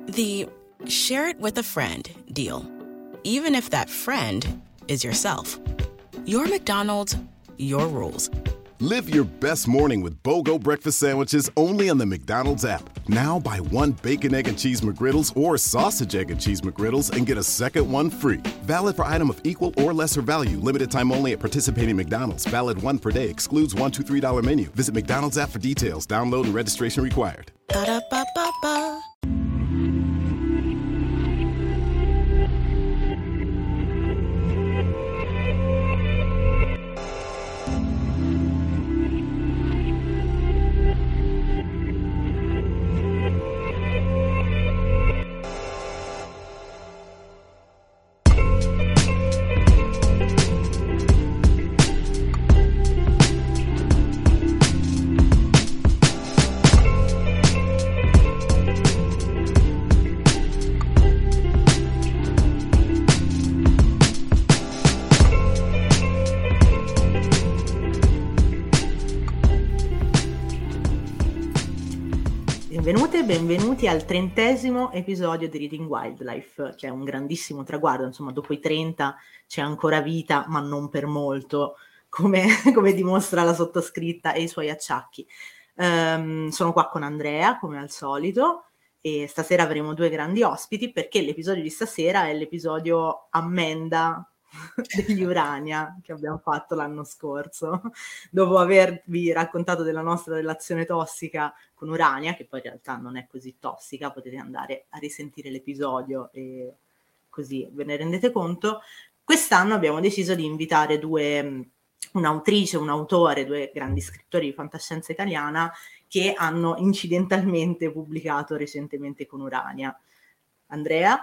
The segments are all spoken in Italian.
The share it with a friend deal, even if that friend is yourself. Your McDonald's, your rules. Live your best morning with BOGO breakfast sandwiches only on the McDonald's app. Now buy one bacon, egg, and cheese McGriddles or sausage, egg, and cheese McGriddles and get a second one free. Valid for item of equal or lesser value. Limited time only at participating McDonald's. Valid one per day. Excludes $1, $2, $3 menu. Visit McDonald's app for details. Download and registration required. Ba-da-ba-ba-ba. Benvenuti al 30° episodio di Reading Wildlife, che è un grandissimo traguardo. Insomma, dopo i 30 c'è ancora vita, ma non per molto, come dimostra la sottoscritta e i suoi acciacchi. Sono qua con Andrea, come al solito, e stasera avremo due grandi ospiti, perché l'episodio di stasera è l'episodio ammenda degli Urania che abbiamo fatto l'anno scorso, dopo avervi raccontato della nostra relazione tossica con Urania, che poi in realtà non è così tossica. Potete andare a risentire l'episodio e così ve ne rendete conto. Quest'anno abbiamo deciso di invitare un'autrice, un autore, due grandi scrittori di fantascienza italiana che hanno incidentalmente pubblicato recentemente con Urania. Andrea?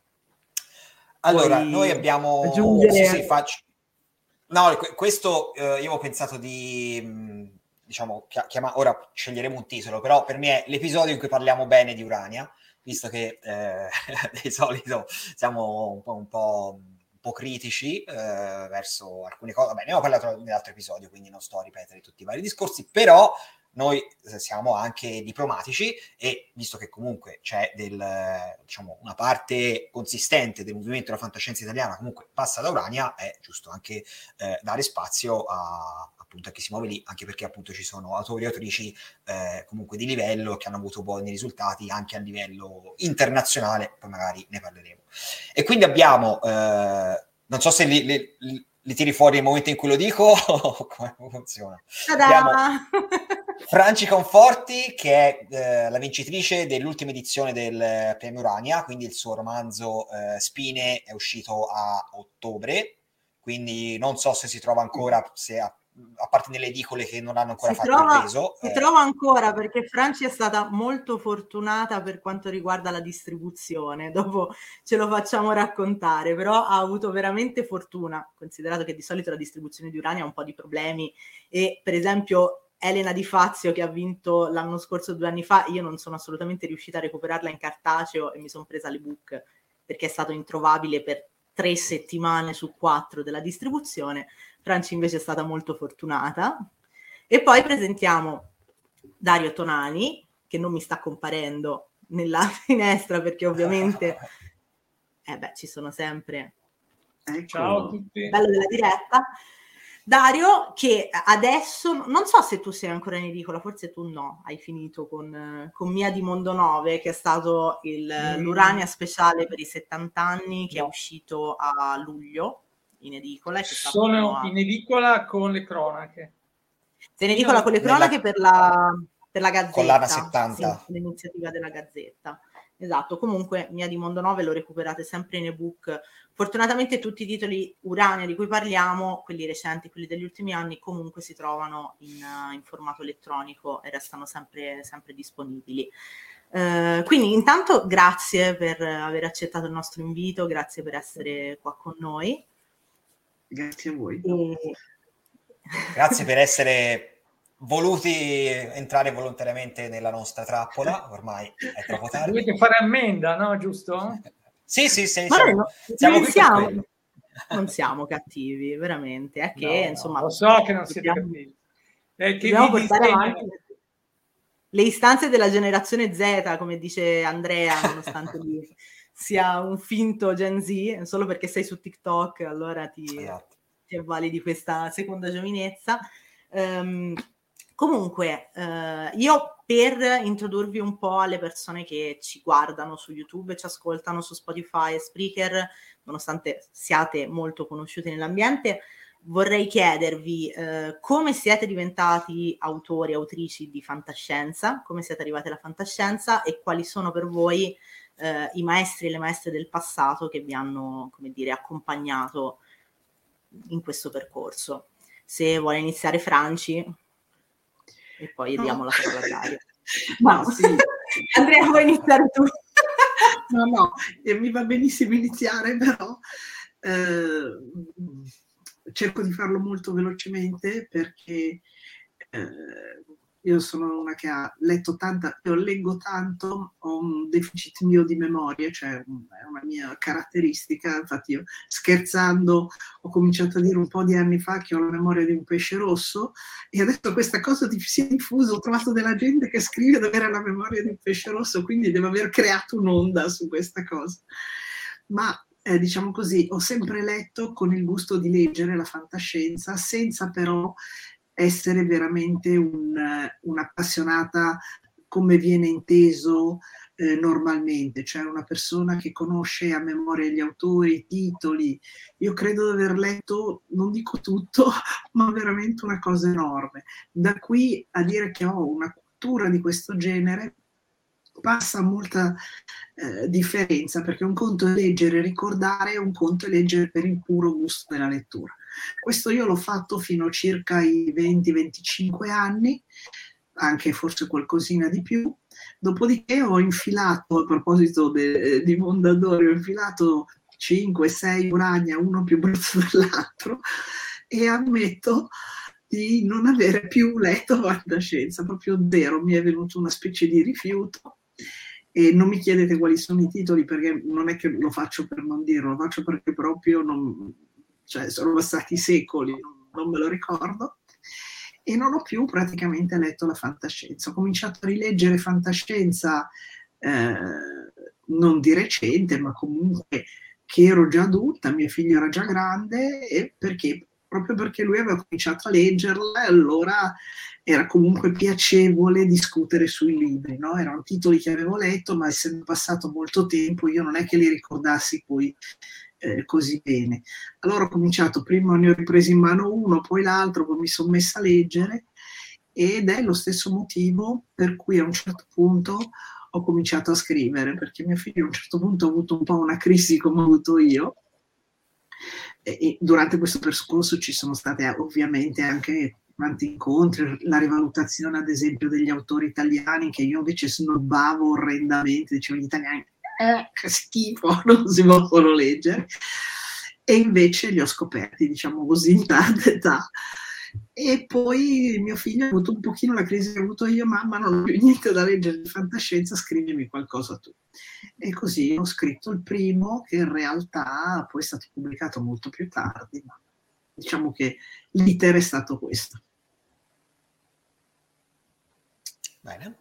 Allora, noi abbiamo... aggiungere... Sì, faccio... No, questo io ho pensato di, diciamo, ora sceglieremo un titolo, però per me è l'episodio in cui parliamo bene di Urania, visto che di solito siamo un po' critici verso alcune cose. Vabbè, ne ho parlato nell'altro episodio, quindi non sto a ripetere tutti i vari discorsi, però noi siamo anche diplomatici e visto che comunque c'è diciamo, una parte consistente del movimento della fantascienza italiana comunque passa da Urania, è giusto anche dare spazio appunto a chi si muove lì, anche perché appunto ci sono autori e autrici comunque di livello che hanno avuto buoni risultati anche a livello internazionale, poi magari ne parleremo. E quindi abbiamo, non so se li tiri fuori nel momento in cui lo dico o come funziona. Abbiamo Franci Conforti, che è la vincitrice dell'ultima edizione del Premio Urania, quindi il suo romanzo Spine è uscito a ottobre, quindi non so se si trova ancora, se a parte nelle edicole che non hanno ancora fatto il reso. Si trova ancora, perché Franci è stata molto fortunata per quanto riguarda la distribuzione, dopo ce lo facciamo raccontare, però ha avuto veramente fortuna, considerato che di solito la distribuzione di Urania ha un po' di problemi e per esempio Elena Di Fazio, che ha vinto l'anno scorso 2 anni fa, io non sono assolutamente riuscita a recuperarla in cartaceo e mi sono presa l'ebook perché è stato introvabile per 3 settimane su 4 della distribuzione. Franci invece è stata molto fortunata. E poi presentiamo Dario Tonani, che non mi sta comparendo nella finestra perché ovviamente ci sono sempre. Ciao a tutti. Bello della diretta. Dario, che adesso, non so se tu sei ancora in edicola, forse tu no, hai finito con Mia di Mondo 9, che è stato l'Urania speciale per i 70 anni, che è uscito a luglio in edicola. Sono in edicola con le cronache. Sei in edicola con le cronache per la Gazzetta. Con l'Ana 70. Sì, l'iniziativa della Gazzetta. Esatto, comunque Mia di Mondo 9 lo recuperate sempre in ebook. Fortunatamente tutti i titoli Urania di cui parliamo, quelli recenti, quelli degli ultimi anni, comunque si trovano in formato elettronico e restano sempre disponibili. Quindi intanto grazie per aver accettato il nostro invito, grazie per essere qua con noi. Grazie a voi. Grazie per essere voluti entrare volontariamente nella nostra trappola, ormai è troppo tardi. Dovete fare ammenda, no? Giusto? Sì, siamo qui per quello. Non siamo cattivi, veramente. È che, no, insomma... Lo so che non siete cattivi. È che dobbiamo portare avanti... le istanze della generazione Z, come dice Andrea, nonostante lui sia un finto Gen Z, solo perché sei su TikTok, allora ti avvali di questa seconda giovinezza. Comunque, io per introdurvi un po' alle persone che ci guardano su YouTube e ci ascoltano su Spotify e Spreaker, nonostante siate molto conosciuti nell'ambiente, vorrei chiedervi come siete diventati autori e autrici di fantascienza, come siete arrivati alla fantascienza e quali sono per voi i maestri e le maestre del passato che vi hanno, come dire, accompagnato in questo percorso. Se vuole iniziare Franci e poi diamo la parola a Dario. No, sì. Andrea, vuoi iniziare tu? No, mi va benissimo iniziare, però cerco di farlo molto velocemente perché io sono una che ha letto tanta, io leggo tanto, ho un deficit mio di memoria, cioè è una mia caratteristica. Infatti io, scherzando, ho cominciato a dire un po' di anni fa che ho la memoria di un pesce rosso, e adesso questa cosa si è diffusa, ho trovato della gente che scrive di avere la memoria di un pesce rosso, quindi devo aver creato un'onda su questa cosa. Ma diciamo così, ho sempre letto con il gusto di leggere la fantascienza, senza però essere veramente un'appassionata come viene inteso normalmente, cioè una persona che conosce a memoria gli autori, i titoli. Io credo di aver letto, non dico tutto, ma veramente una cosa enorme. Da qui a dire che ho una cultura di questo genere passa molta differenza, perché un conto è leggere e ricordare, un conto è leggere per il puro gusto della lettura. Questo io l'ho fatto fino a circa i 20-25 anni, anche forse qualcosina di più. Dopodiché ho infilato, a proposito di Mondadori, ho infilato 5-6 Urania, uno più brutto dell'altro, e ammetto di non avere più letto fantascienza, proprio zero. Mi è venuto una specie di rifiuto. E non mi chiedete quali sono i titoli, perché non è che lo faccio per non dirlo, lo faccio perché proprio cioè sono passati secoli, non me lo ricordo, e non ho più praticamente letto la fantascienza. Ho cominciato a rileggere fantascienza non di recente, ma comunque che ero già adulta, mio figlio era già grande, e proprio perché lui aveva cominciato a leggerla, e allora era comunque piacevole discutere sui libri, no? Erano titoli che avevo letto, ma essendo passato molto tempo io non è che li ricordassi poi così bene. Allora ho cominciato, prima ne ho ripreso in mano uno, poi l'altro, poi mi sono messa a leggere, ed è lo stesso motivo per cui a un certo punto ho cominciato a scrivere, perché mio figlio a un certo punto ha avuto un po' una crisi come ho avuto io, e durante questo percorso ci sono state ovviamente anche tanti incontri, la rivalutazione ad esempio degli autori italiani, che io invece snobbavo orrendamente, dicevo gli italiani che schifo, non si possono leggere, e invece li ho scoperti, diciamo così, in tanta età. E poi mio figlio ha avuto un pochino la crisi che ho avuto io: mamma, non ho più niente da leggere di fantascienza, scrivimi qualcosa tu. E così ho scritto il primo, che in realtà poi è stato pubblicato molto più tardi, ma diciamo che l'iter è stato questo. Bene.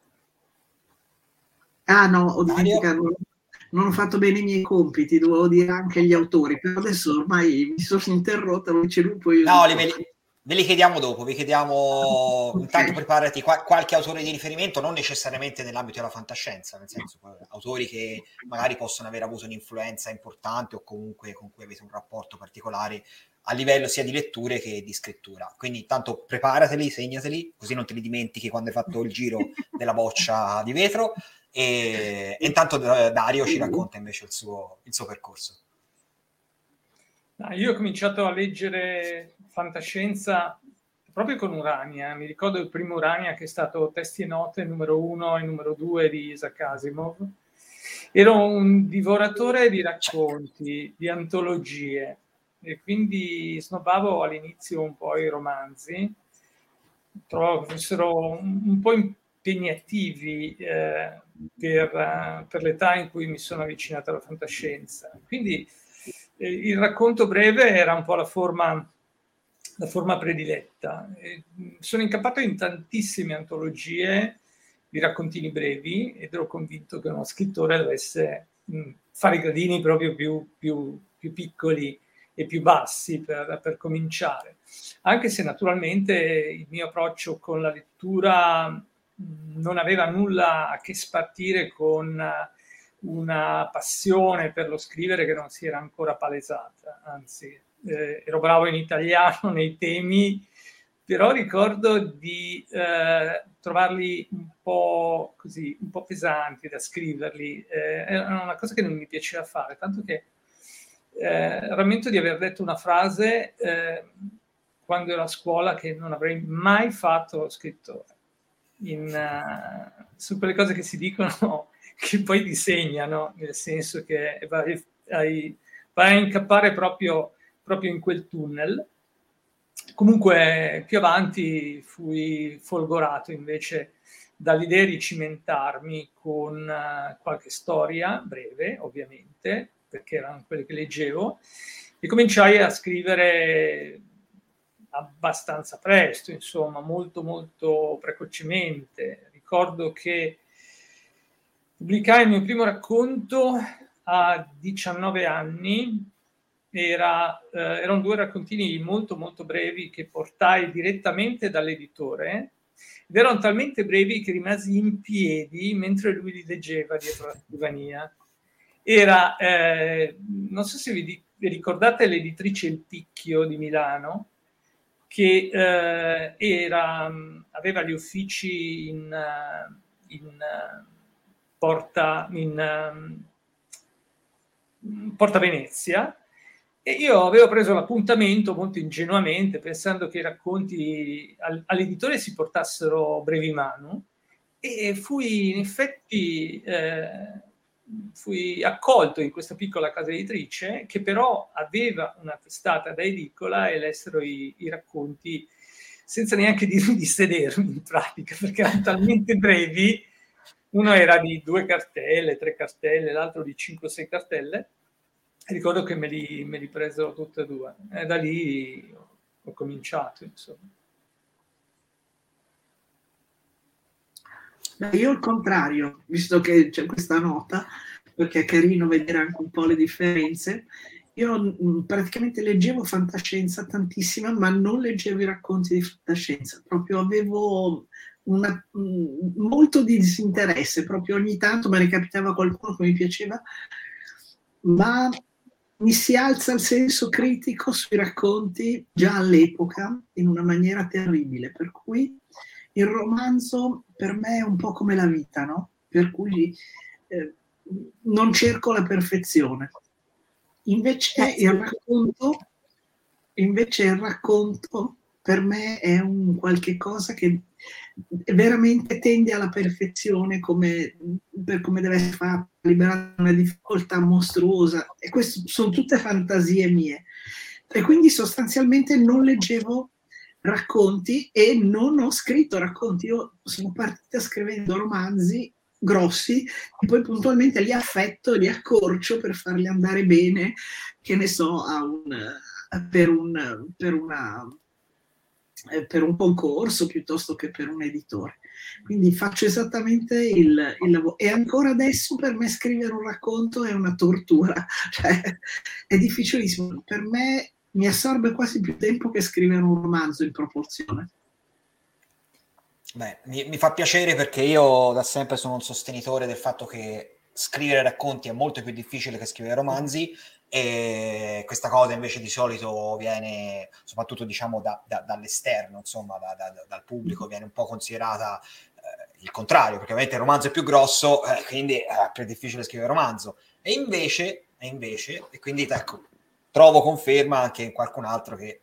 Ah no, ho dimenticato, non ho fatto bene i miei compiti, dovevo dire anche gli autori, però adesso ormai mi sono interrotta, lo dice lui, poi io... No, ve li chiediamo dopo, vi chiediamo, okay. Intanto preparati qualche autore di riferimento, non necessariamente nell'ambito della fantascienza, nel senso autori che magari possono aver avuto un'influenza importante o comunque con cui avete un rapporto particolare a livello sia di letture che di scrittura. Quindi intanto preparateli, segnateli, così non te li dimentichi quando hai fatto il giro della boccia di vetro, e intanto Dario ci racconta invece il suo percorso. Io ho cominciato a leggere fantascienza proprio con Urania. Mi ricordo il primo Urania, che è stato Testi e Note numero 1 e numero 2 di Isaac Asimov. Ero un divoratore di racconti, di antologie, e quindi snobbavo all'inizio un po' i romanzi. Trovavo che fossero un po' impegnativi per l'età in cui mi sono avvicinato alla fantascienza. Quindi il racconto breve era un po' la forma prediletta. Sono incappato in tantissime antologie, di raccontini brevi ed ero convinto che uno scrittore dovesse fare i gradini proprio più piccoli e più bassi per cominciare. Anche se naturalmente il mio approccio con la lettura non aveva nulla a che spartire con una passione per lo scrivere che non si era ancora palesata, anzi ero bravo in italiano nei temi, però ricordo di trovarli un po' così, un po' pesanti da scriverli, era una cosa che non mi piaceva fare, tanto che rammento di aver detto una frase quando ero a scuola che non avrei mai fatto lo scrittore, su quelle cose che si dicono che poi ti segnano, nel senso che vai a incappare proprio in quel tunnel. Comunque più avanti fui folgorato invece dall'idea di cimentarmi con qualche storia breve, ovviamente, perché erano quelle che leggevo, e cominciai a scrivere abbastanza presto, insomma, molto molto precocemente. Ricordo che pubblicai il mio primo racconto a 19 anni, erano 2 raccontini molto molto brevi che portai direttamente dall'editore ed erano talmente brevi che rimasi in piedi mentre lui li leggeva dietro la scrivania. Era, non so se vi ricordate l'editrice Il Picchio di Milano, che aveva gli uffici in Porta Venezia, e io avevo preso l'appuntamento molto ingenuamente pensando che i racconti all'editore si portassero brevi manu, e fui accolto in questa piccola casa editrice che però aveva una testata da edicola e lessero i racconti senza neanche dirmi di sedermi, in pratica, perché erano talmente brevi. Uno era di 2 cartelle, 3 cartelle, l'altro di 5-6 cartelle. Ricordo che me li presero tutte e 2. E da lì ho cominciato, insomma. Io al contrario, visto che c'è questa nota, perché è carino vedere anche un po' le differenze, io praticamente leggevo fantascienza tantissima, ma non leggevo i racconti di fantascienza, proprio avevo molto di disinteresse, proprio ogni tanto mi recapitava qualcuno che mi piaceva, ma mi si alza il senso critico sui racconti già all'epoca in una maniera terribile, per cui il romanzo per me è un po' come la vita, no? Per cui non cerco la perfezione. Invece il racconto per me è un qualche cosa che veramente tende alla perfezione per come deve essere fatta, liberare una difficoltà mostruosa, e queste sono tutte fantasie mie, e quindi sostanzialmente non leggevo racconti e non ho scritto racconti. Io sono partita scrivendo romanzi grossi e poi puntualmente li affetto e li accorcio per farli andare bene, che ne so, per un concorso piuttosto che per un editore. Quindi faccio esattamente il lavoro, e ancora adesso per me scrivere un racconto è una tortura, cioè è difficilissimo. Per me mi assorbe quasi più tempo che scrivere un romanzo in proporzione. Beh, mi fa piacere, perché io da sempre sono un sostenitore del fatto che scrivere racconti è molto più difficile che scrivere romanzi, e questa cosa invece di solito viene, soprattutto diciamo dall'esterno, insomma dal pubblico, viene un po' considerata il contrario, perché ovviamente il romanzo è più grosso, quindi è più difficile scrivere romanzo, e invece, e quindi ecco, trovo conferma anche in qualcun altro che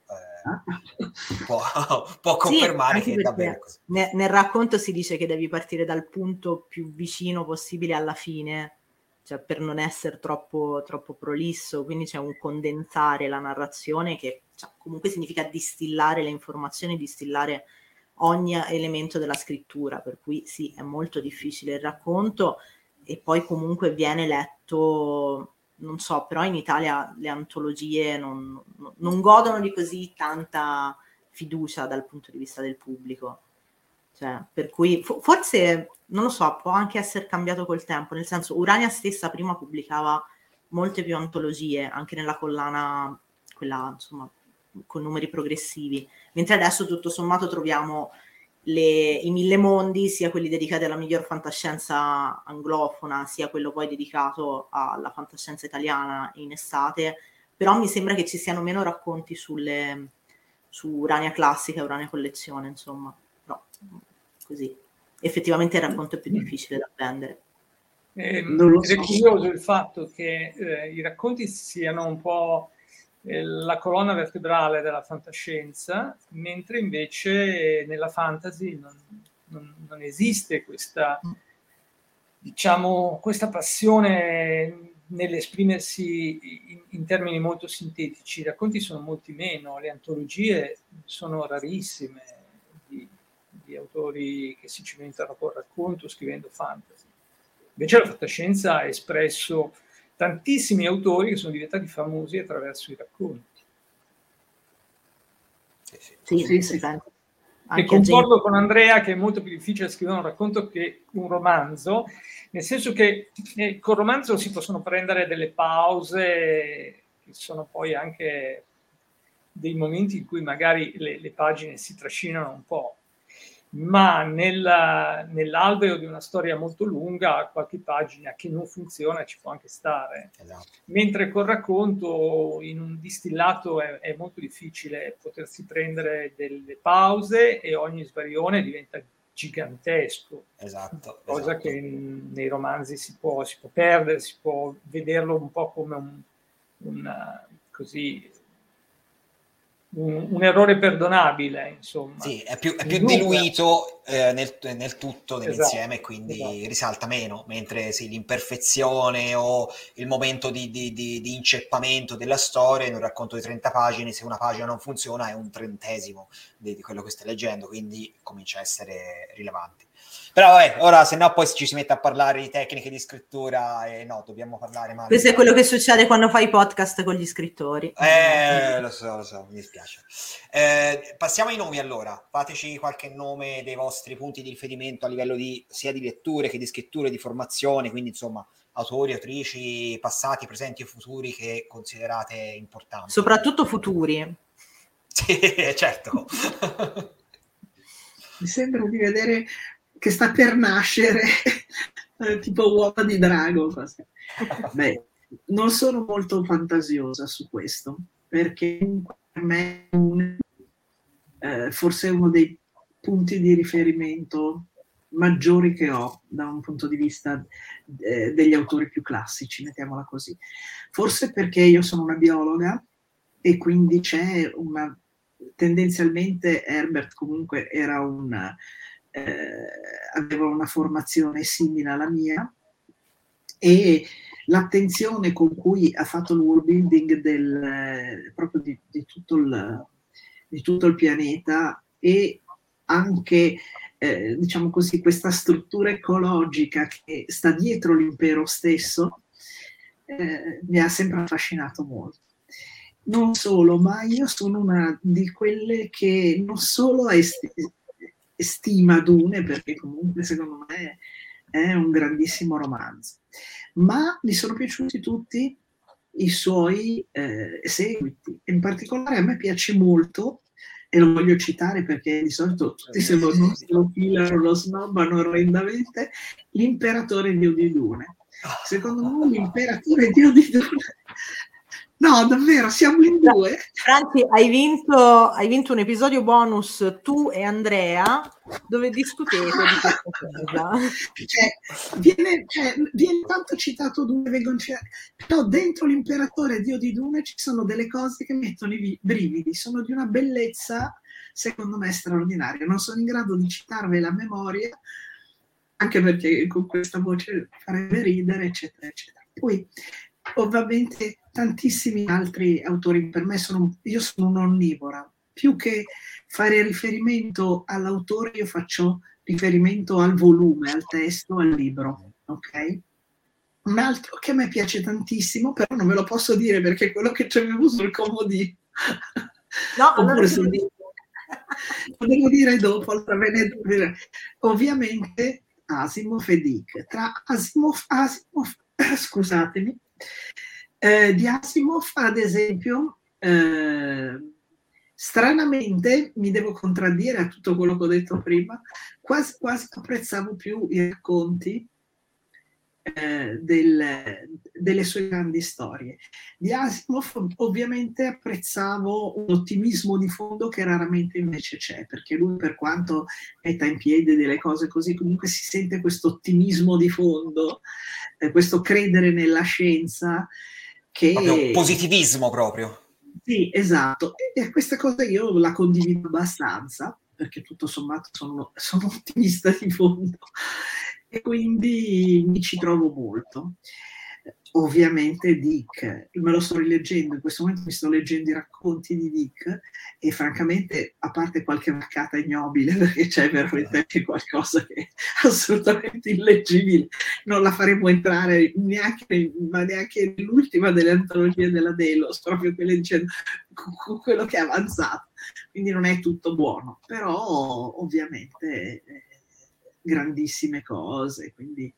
può confermare sì, che è davvero così. Nel racconto si dice che devi partire dal punto più vicino possibile alla fine, cioè per non essere troppo prolisso, quindi c'è un condensare la narrazione che comunque significa distillare le informazioni, distillare ogni elemento della scrittura, per cui sì, è molto difficile il racconto, e poi comunque viene letto, non so, però in Italia le antologie non godono di così tanta fiducia dal punto di vista del pubblico. Cioè, per cui forse, non lo so, può anche essere cambiato col tempo, nel senso Urania stessa prima pubblicava molte più antologie, anche nella collana, quella insomma, con numeri progressivi, mentre adesso tutto sommato troviamo i 1000 mondi, sia quelli dedicati alla miglior fantascienza anglofona, sia quello poi dedicato alla fantascienza italiana in estate, però mi sembra che ci siano meno racconti su Urania classica e Urania collezione, insomma. No, così. Effettivamente il racconto è più difficile da vendere. Ed è curioso il fatto che i racconti siano un po' la colonna vertebrale della fantascienza, mentre invece nella fantasy non esiste questa, diciamo, questa passione nell'esprimersi in termini molto sintetici. I racconti sono molti meno, le antologie sono rarissime di autori che si cimentano col racconto scrivendo fantasy. Invece la fantascienza ha espresso tantissimi autori che sono diventati famosi attraverso i racconti. Sì. E concordo con Andrea che è molto più difficile scrivere un racconto che un romanzo, nel senso che col romanzo si possono prendere delle pause che sono poi anche dei momenti in cui magari le pagine si trascinano un po', ma nell'alveo di una storia molto lunga qualche pagina che non funziona ci può anche stare. Esatto. Mentre col racconto in un distillato è molto difficile potersi prendere delle pause e ogni svarione diventa gigantesco. Esatto. Cosa che nei romanzi si può perdere, si può vederlo un po' come un errore perdonabile, insomma. Sì, è più diluito nel tutto, nell'insieme, esatto, quindi risalta meno, mentre sì, l'imperfezione o il momento di inceppamento della storia in un racconto di 30 pagine, se una pagina non funziona è un 30° di quello che stai leggendo, quindi comincia a essere rilevante. Però vabbè, ora se no poi ci si mette a parlare di tecniche di scrittura e no, dobbiamo parlare male. Questo è quello che succede quando fai podcast con gli scrittori. Lo so, mi dispiace. Passiamo ai nomi allora. Fateci qualche nome dei vostri punti di riferimento a livello sia di letture che di scritture, di formazione, quindi insomma autori, autrici, passati, presenti o futuri che considerate importanti. Soprattutto futuri. Sì, certo. Mi sembra di vedere che sta per nascere tipo Uova di Drago. Beh, non sono molto fantasiosa su questo, perché per me forse è uno dei punti di riferimento maggiori che ho da un punto di vista degli autori più classici, mettiamola così. Forse perché io sono una biologa e quindi c'è tendenzialmente Herbert comunque era aveva una formazione simile alla mia e l'attenzione con cui ha fatto il world building proprio di tutto il pianeta e anche diciamo così questa struttura ecologica che sta dietro l'impero stesso mi ha sempre affascinato molto. Non solo, ma io sono una di quelle che non solo stima Dune, perché comunque secondo me è un grandissimo romanzo, ma mi sono piaciuti tutti i suoi seguiti. In particolare a me piace molto, e lo voglio citare perché di solito tutti se lo filano, lo snobbano orrendamente, l'imperatore Dio di Dune. Secondo me l'imperatore Dio di Dune... No, davvero, siamo in due. Franci, hai vinto un episodio bonus tu e Andrea dove discutete di questa cosa. Viene tanto citato Dune, però dentro l'imperatore Dio di Dune ci sono delle cose che mettono i brividi, sono di una bellezza secondo me straordinaria. Non sono in grado di citarvela a memoria, anche perché con questa voce farebbe ridere, eccetera, eccetera. Poi ovviamente tantissimi altri autori, per me io sono un'onnivora, più che fare riferimento all'autore io faccio riferimento al volume, al testo, al libro, ok? Un altro che a me piace tantissimo, però non ve lo posso dire perché è quello che c'avevo sul comodino. No, allora Lo devo dire dopo, ovviamente Asimov e Dick. Tra Asimov scusatemi, di Asimov ad esempio, stranamente mi devo contraddire a tutto quello che ho detto prima, quasi apprezzavo più i racconti delle sue grandi storie. Di Asimov ovviamente apprezzavo un ottimismo di fondo che raramente invece c'è, perché lui, per quanto metta in piedi delle cose così, comunque si sente questo ottimismo di fondo, questo credere nella scienza che... Proprio positivismo proprio. Sì, esatto, e questa cosa io la condivido abbastanza, perché tutto sommato sono ottimista di fondo, e quindi mi ci trovo molto. Ovviamente Dick, me lo sto rileggendo, in questo momento mi sto leggendo i racconti di Dick e francamente, a parte qualche marcata ignobile, perché c'è veramente anche qualcosa che è assolutamente illeggibile, non la faremo entrare neanche nell'ultima delle antologie della Delos, proprio quelle dicendo quello che è avanzato, quindi non è tutto buono, però ovviamente grandissime cose, quindi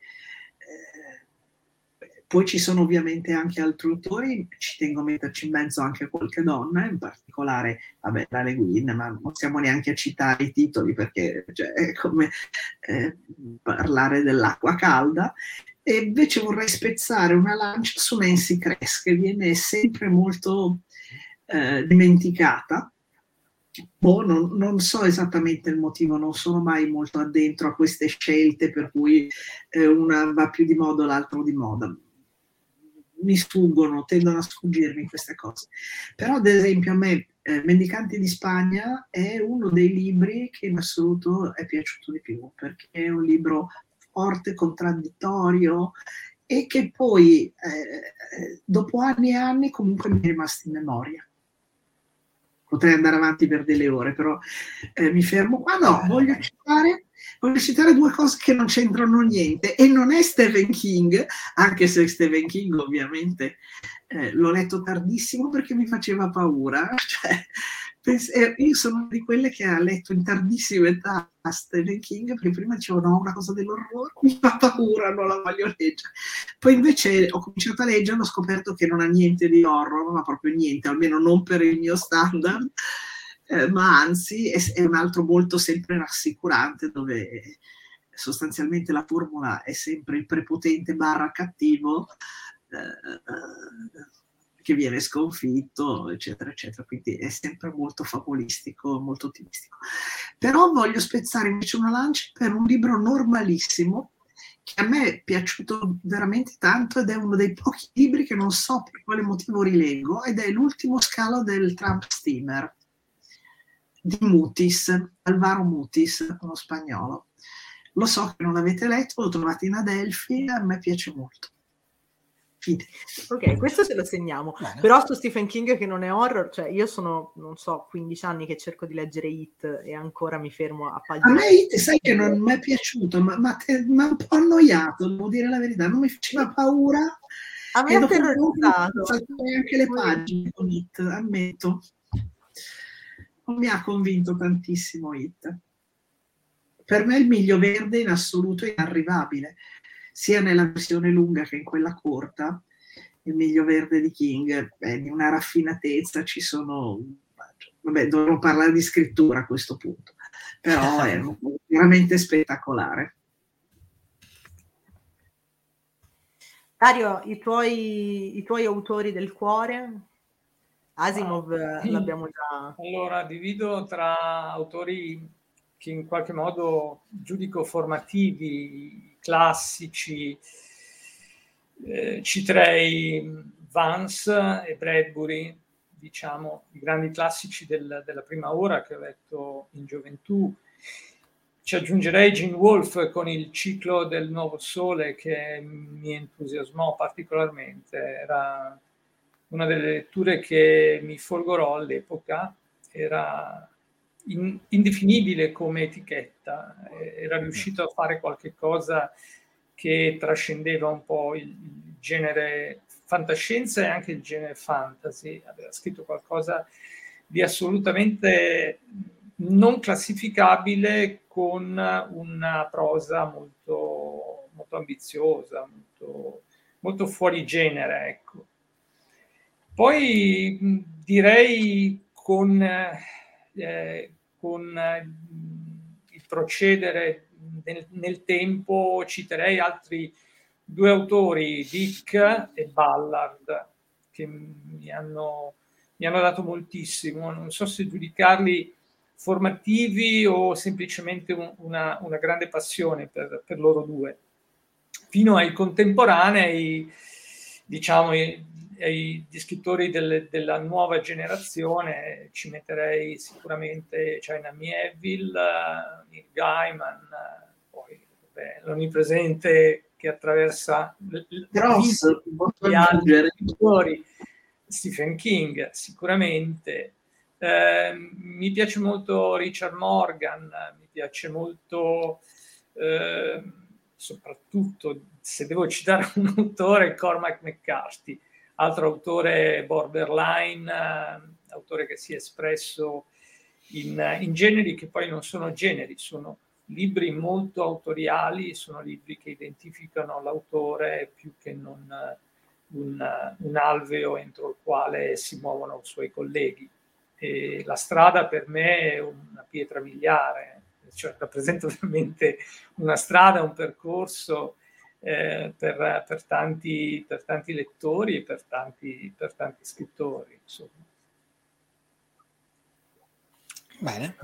poi ci sono ovviamente anche altri autori, ci tengo a metterci in mezzo anche qualche donna, in particolare, vabbè, la Le Guin, ma non stiamo neanche a citare i titoli perché cioè, è come parlare dell'acqua calda. E invece vorrei spezzare una lancia su Nancy Kress, che viene sempre molto dimenticata. Non so esattamente il motivo, non sono mai molto addentro a queste scelte per cui una va più di moda, l'altro di moda. Mi sfuggono, tendono a sfuggirmi queste cose. Però ad esempio a me Mendicanti di Spagna è uno dei libri che in assoluto è piaciuto di più, perché è un libro forte, contraddittorio e che poi dopo anni e anni comunque mi è rimasto in memoria. Potrei andare avanti per delle ore, però mi fermo qua. No, voglio citare due cose che non c'entrano niente, e non è Stephen King, anche se Stephen King ovviamente l'ho letto tardissimo perché mi faceva paura. Cioè, io sono di quelle che ha letto in tardissima età Stephen King, perché prima dicevo no, una cosa dell'orrore, mi fa paura, non la voglio leggere. Poi invece ho cominciato a leggerlo, ho scoperto che non ha niente di horror, ma proprio niente, almeno non per il mio standard, ma anzi è un altro molto sempre rassicurante, dove sostanzialmente la formula è sempre il prepotente / cattivo che viene sconfitto, eccetera, eccetera. Quindi è sempre molto favolistico, molto ottimistico. Però voglio spezzare invece una lancia per un libro normalissimo, che a me è piaciuto veramente tanto ed è uno dei pochi libri che non so per quale motivo rileggo, ed è L'ultimo scalo del Trump Steamer di Mutis, Alvaro Mutis, uno spagnolo. Lo so che non l'avete letto, lo trovate in Adelphi, a me piace molto. Ok, questo se lo segniamo. Bene. Però su Stephen King, che non è horror, cioè io sono, non so, 15 anni che cerco di leggere It e ancora mi fermo a pagina. A me It, sai che non mi è piaciuto, ma un po' annoiato, devo dire la verità, non mi faceva paura. A me ha terrorizzato. Anche le pagine con It, ammetto. Non mi ha convinto tantissimo It. Per me il Miglio Verde in assoluto è inarrivabile, sia nella versione lunga che in quella corta. Il Miglio Verde di King è di una raffinatezza, ci sono... Vabbè, dovremmo parlare di scrittura a questo punto, però è veramente spettacolare. Dario, i tuoi autori del cuore? Asimov l'abbiamo già... Allora, divido tra autori che in qualche modo giudico formativi, classici. Citerei Vance e Bradbury, diciamo, i grandi classici della prima ora che ho letto in gioventù. Ci aggiungerei Gene Wolfe con il ciclo del Nuovo Sole, che mi entusiasmò particolarmente. Era una delle letture che mi folgorò all'epoca, era indefinibile come etichetta, era riuscito a fare qualche cosa che trascendeva un po' il genere fantascienza e anche il genere fantasy. Aveva scritto qualcosa di assolutamente non classificabile con una prosa molto, molto ambiziosa, molto fuori genere, ecco. Poi direi con il procedere nel tempo citerei altri due autori, Dick e Ballard, che mi hanno dato moltissimo. Non so se giudicarli formativi o semplicemente una grande passione per loro due. Fino ai contemporanei, diciamo, agli scrittori della nuova generazione ci metterei sicuramente China Miéville, Neil Gaiman, poi l'onnipresente che attraversa gli altri scrittori, Stephen King sicuramente. Mi piace molto Richard Morgan, mi piace molto soprattutto, se devo citare un autore, Cormac McCarthy, altro autore borderline, autore che si è espresso in generi che poi non sono generi, sono libri molto autoriali, sono libri che identificano l'autore più che non un alveo entro il quale si muovono i suoi colleghi. E La strada per me è una pietra miliare, cioè rappresenta veramente una strada, un percorso per tanti lettori e per tanti scrittori, insomma. Bene.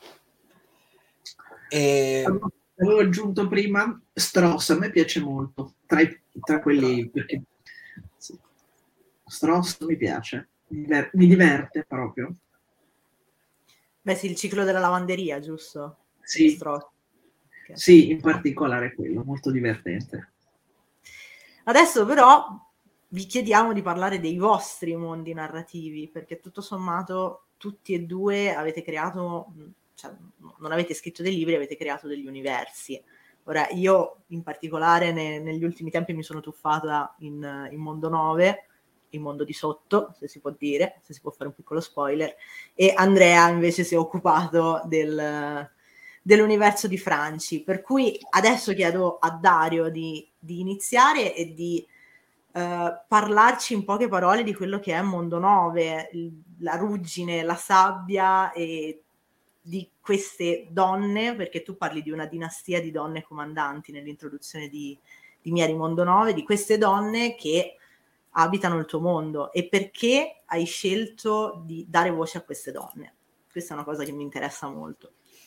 Avevo aggiunto prima Strauss, a me piace molto, tra quelli, perché sì, Strauss mi piace, mi diverte proprio. Beh sì, il ciclo della lavanderia, giusto? Sì. Strauss. Okay. Sì, in particolare quello, molto divertente. Adesso però vi chiediamo di parlare dei vostri mondi narrativi, perché tutto sommato tutti e due avete creato, cioè, non avete scritto dei libri, avete creato degli universi. Ora, io in particolare negli ultimi tempi mi sono tuffata in Mondo 9, il mondo di sotto, se si può dire, se si può fare un piccolo spoiler, e Andrea invece si è occupato dell'universo di Franci, per cui adesso chiedo a Dario di iniziare e di parlarci in poche parole di quello che è Mondo 9, la ruggine, la sabbia e di queste donne, perché tu parli di una dinastia di donne comandanti nell'introduzione di Mieri Mondo 9, di queste donne che abitano il tuo mondo, e perché hai scelto di dare voce a queste donne. Questa è una cosa che mi interessa molto.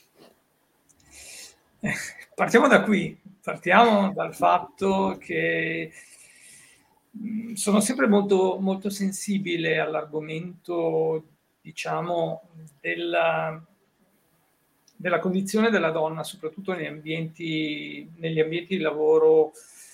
Partiamo da qui, partiamo dal fatto che sono sempre molto, molto sensibile all'argomento, diciamo, della condizione della donna, soprattutto negli ambienti di lavoro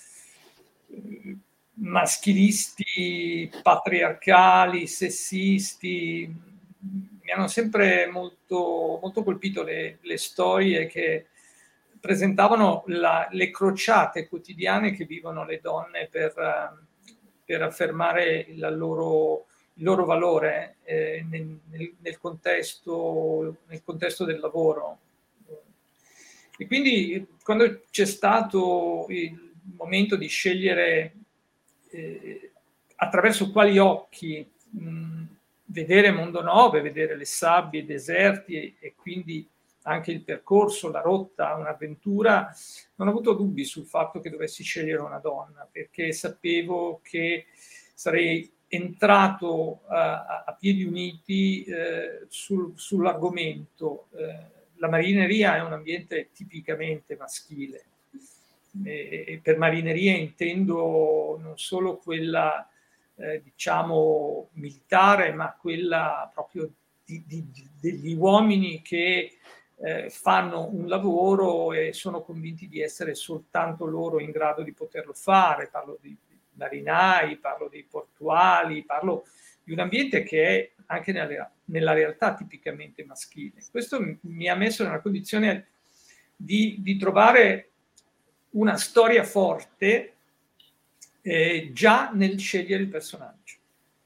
maschilisti, patriarcali, sessisti. Mi hanno sempre molto, molto colpito le storie che presentavano le crociate quotidiane che vivono le donne per affermare il loro valore nel contesto del lavoro. E quindi quando c'è stato il momento di scegliere attraverso quali occhi vedere Mondo 9, vedere le sabbie, i deserti e quindi anche il percorso, la rotta, un'avventura, non ho avuto dubbi sul fatto che dovessi scegliere una donna, perché sapevo che sarei entrato a piedi uniti sull'argomento. La marineria è un ambiente tipicamente maschile. E per marineria intendo non solo quella diciamo militare, ma quella proprio degli uomini che fanno un lavoro e sono convinti di essere soltanto loro in grado di poterlo fare. Parlo di marinai, parlo dei portuali, parlo di un ambiente che è anche nella realtà tipicamente maschile. Questo mi ha messo nella condizione di trovare una storia forte già nel scegliere il personaggio.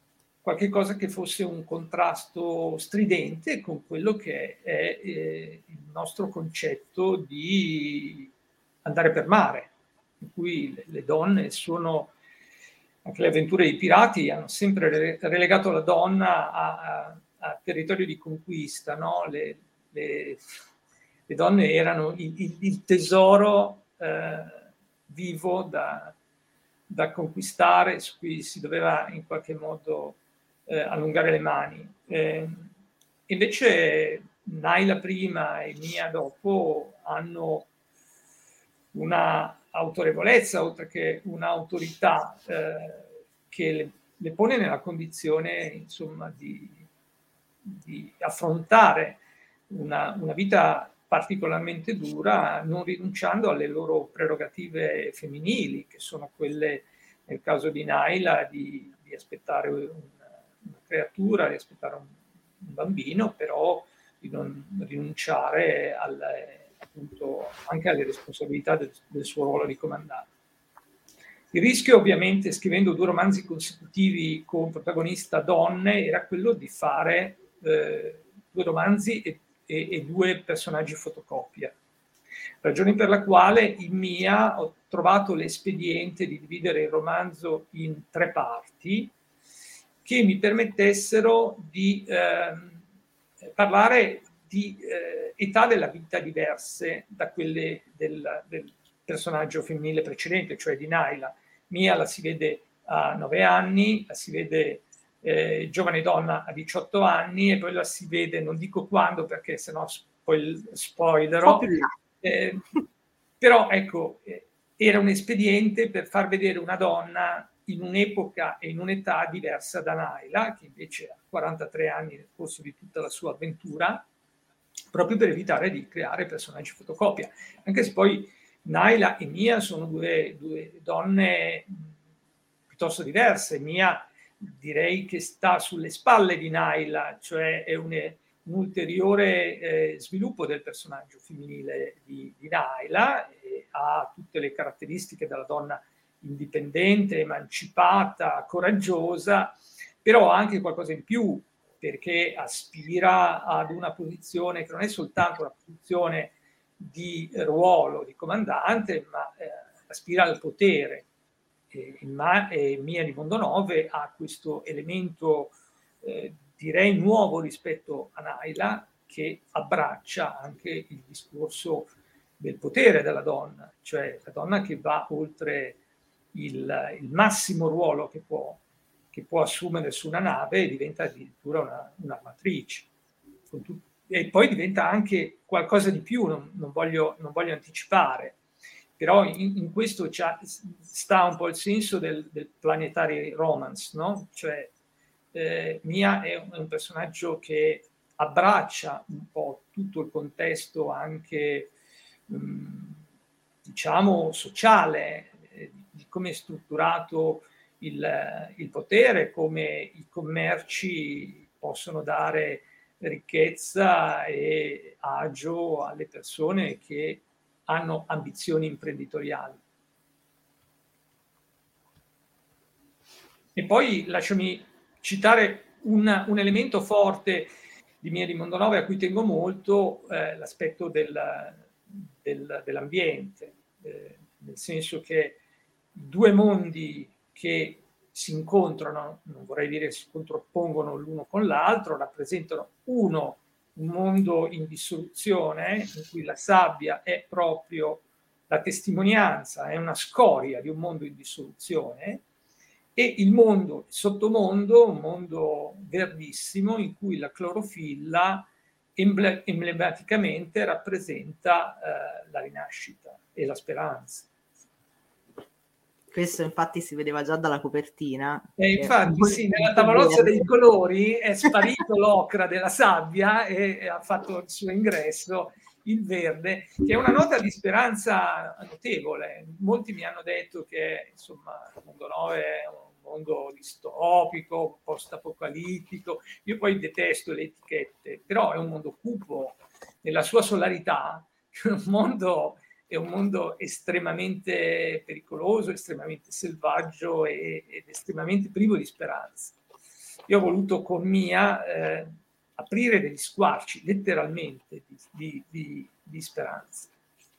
qualche cosa che fosse un contrasto stridente con quello che è il nostro concetto di andare per mare, in cui le donne sono, anche le avventure dei pirati hanno sempre relegato la donna a territorio di conquista, no? Le donne erano il tesoro vivo da conquistare, su cui si doveva in qualche modo allungare le mani. Invece Naila prima e Mia dopo hanno una autorevolezza, oltre che un'autorità che le pone nella condizione, insomma, di affrontare una vita particolarmente dura, non rinunciando alle loro prerogative femminili, che sono quelle, nel caso di Naila, di aspettare una creatura, di aspettare un bambino, però di non rinunciare appunto anche alle responsabilità del suo ruolo di comandante. Il rischio, ovviamente, scrivendo 2 romanzi consecutivi con protagonista donne, era quello di fare 2 romanzi e 2 personaggi fotocopia. Ragione per la quale in Mia ho trovato l'espediente di dividere il romanzo in 3 parti che mi permettessero di parlare di età della vita diverse da quelle del personaggio femminile precedente, cioè di Naila. Mia la si vede a 9 anni, la si vede giovane donna a 18 anni e poi la si vede, non dico quando perché sennò spoilerò, però ecco, era un espediente per far vedere una donna in un'epoca e in un'età diversa da Naila, che invece ha 43 anni nel corso di tutta la sua avventura, proprio per evitare di creare personaggi fotocopia. Anche se poi Naila e Mia sono due donne piuttosto diverse. Mia direi che sta sulle spalle di Naila, cioè è un ulteriore sviluppo del personaggio femminile di Naila, e ha tutte le caratteristiche della donna indipendente, emancipata, coraggiosa, però ha anche qualcosa in più, perché aspira ad una posizione che non è soltanto una posizione di ruolo di comandante, ma aspira al potere. Mia di Mondo 9 ha questo elemento direi nuovo rispetto a Naila, che abbraccia anche il discorso del potere della donna, cioè la donna che va oltre il massimo ruolo che può assumere su una nave e diventa addirittura un'armatrice. E poi diventa anche qualcosa di più, non voglio anticipare, però in questo sta un po' il senso del planetary romance, no? Cioè Mia è un personaggio che abbraccia un po' tutto il contesto anche diciamo sociale, di come è strutturato il potere, come i commerci possono dare ricchezza e agio alle persone che hanno ambizioni imprenditoriali. E poi lasciami citare un elemento forte di Mia di Mondo 9 a cui tengo molto, l'aspetto dell'ambiente, nel senso che 2 mondi che si incontrano, non vorrei dire si contrappongono l'uno con l'altro, rappresentano un mondo in dissoluzione, in cui la sabbia è proprio la testimonianza, è una scoria di un mondo in dissoluzione, e il mondo, il sottomondo, un mondo verdissimo in cui la clorofilla emblematicamente rappresenta la rinascita e la speranza. Questo infatti si vedeva già dalla copertina. Infatti sì, nella tavolozza dei colori è sparito l'ocra della sabbia e ha fatto il suo ingresso il verde, che è una nota di speranza notevole. Molti mi hanno detto che insomma il Mondo 9 è un mondo distopico, post-apocalittico. Io poi detesto le etichette, però è un mondo cupo nella sua solarità, è un mondo estremamente pericoloso, estremamente selvaggio ed estremamente privo di speranza. io ho voluto con Mia aprire degli squarci, letteralmente, di speranza.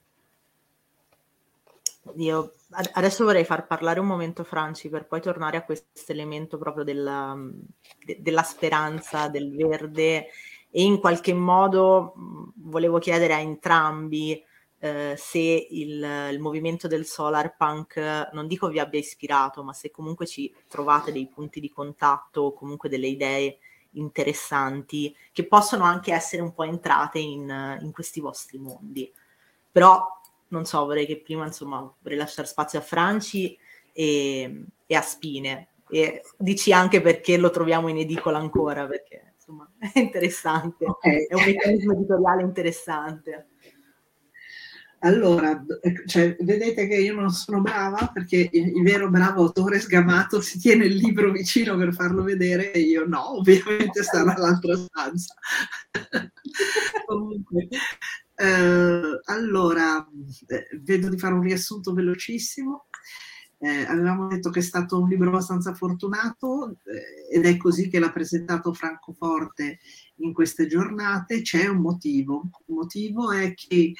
Io adesso vorrei far parlare un momento Franci per poi tornare a questo elemento proprio della speranza, del verde, e in qualche modo volevo chiedere a entrambi se il movimento del solar punk, non dico vi abbia ispirato, ma se comunque ci trovate dei punti di contatto o comunque delle idee interessanti che possono anche essere un po' entrate in questi vostri mondi. Però non so, vorrei che prima, insomma, vorrei lasciare spazio a Franci e a Spine. E dici anche perché lo troviamo in edicola ancora, perché insomma è interessante, Okay. È un meccanismo editoriale interessante. Allora, cioè, vedete che io non sono brava, perché il vero bravo autore sgamato si tiene il libro vicino per farlo vedere, e io no, ovviamente sta nell'altra stanza. Comunque, allora, vedo di fare un riassunto velocissimo. Avevamo detto che è stato un libro abbastanza fortunato, ed è così che l'ha presentato Francoforte in queste giornate. C'è un motivo. Il motivo è che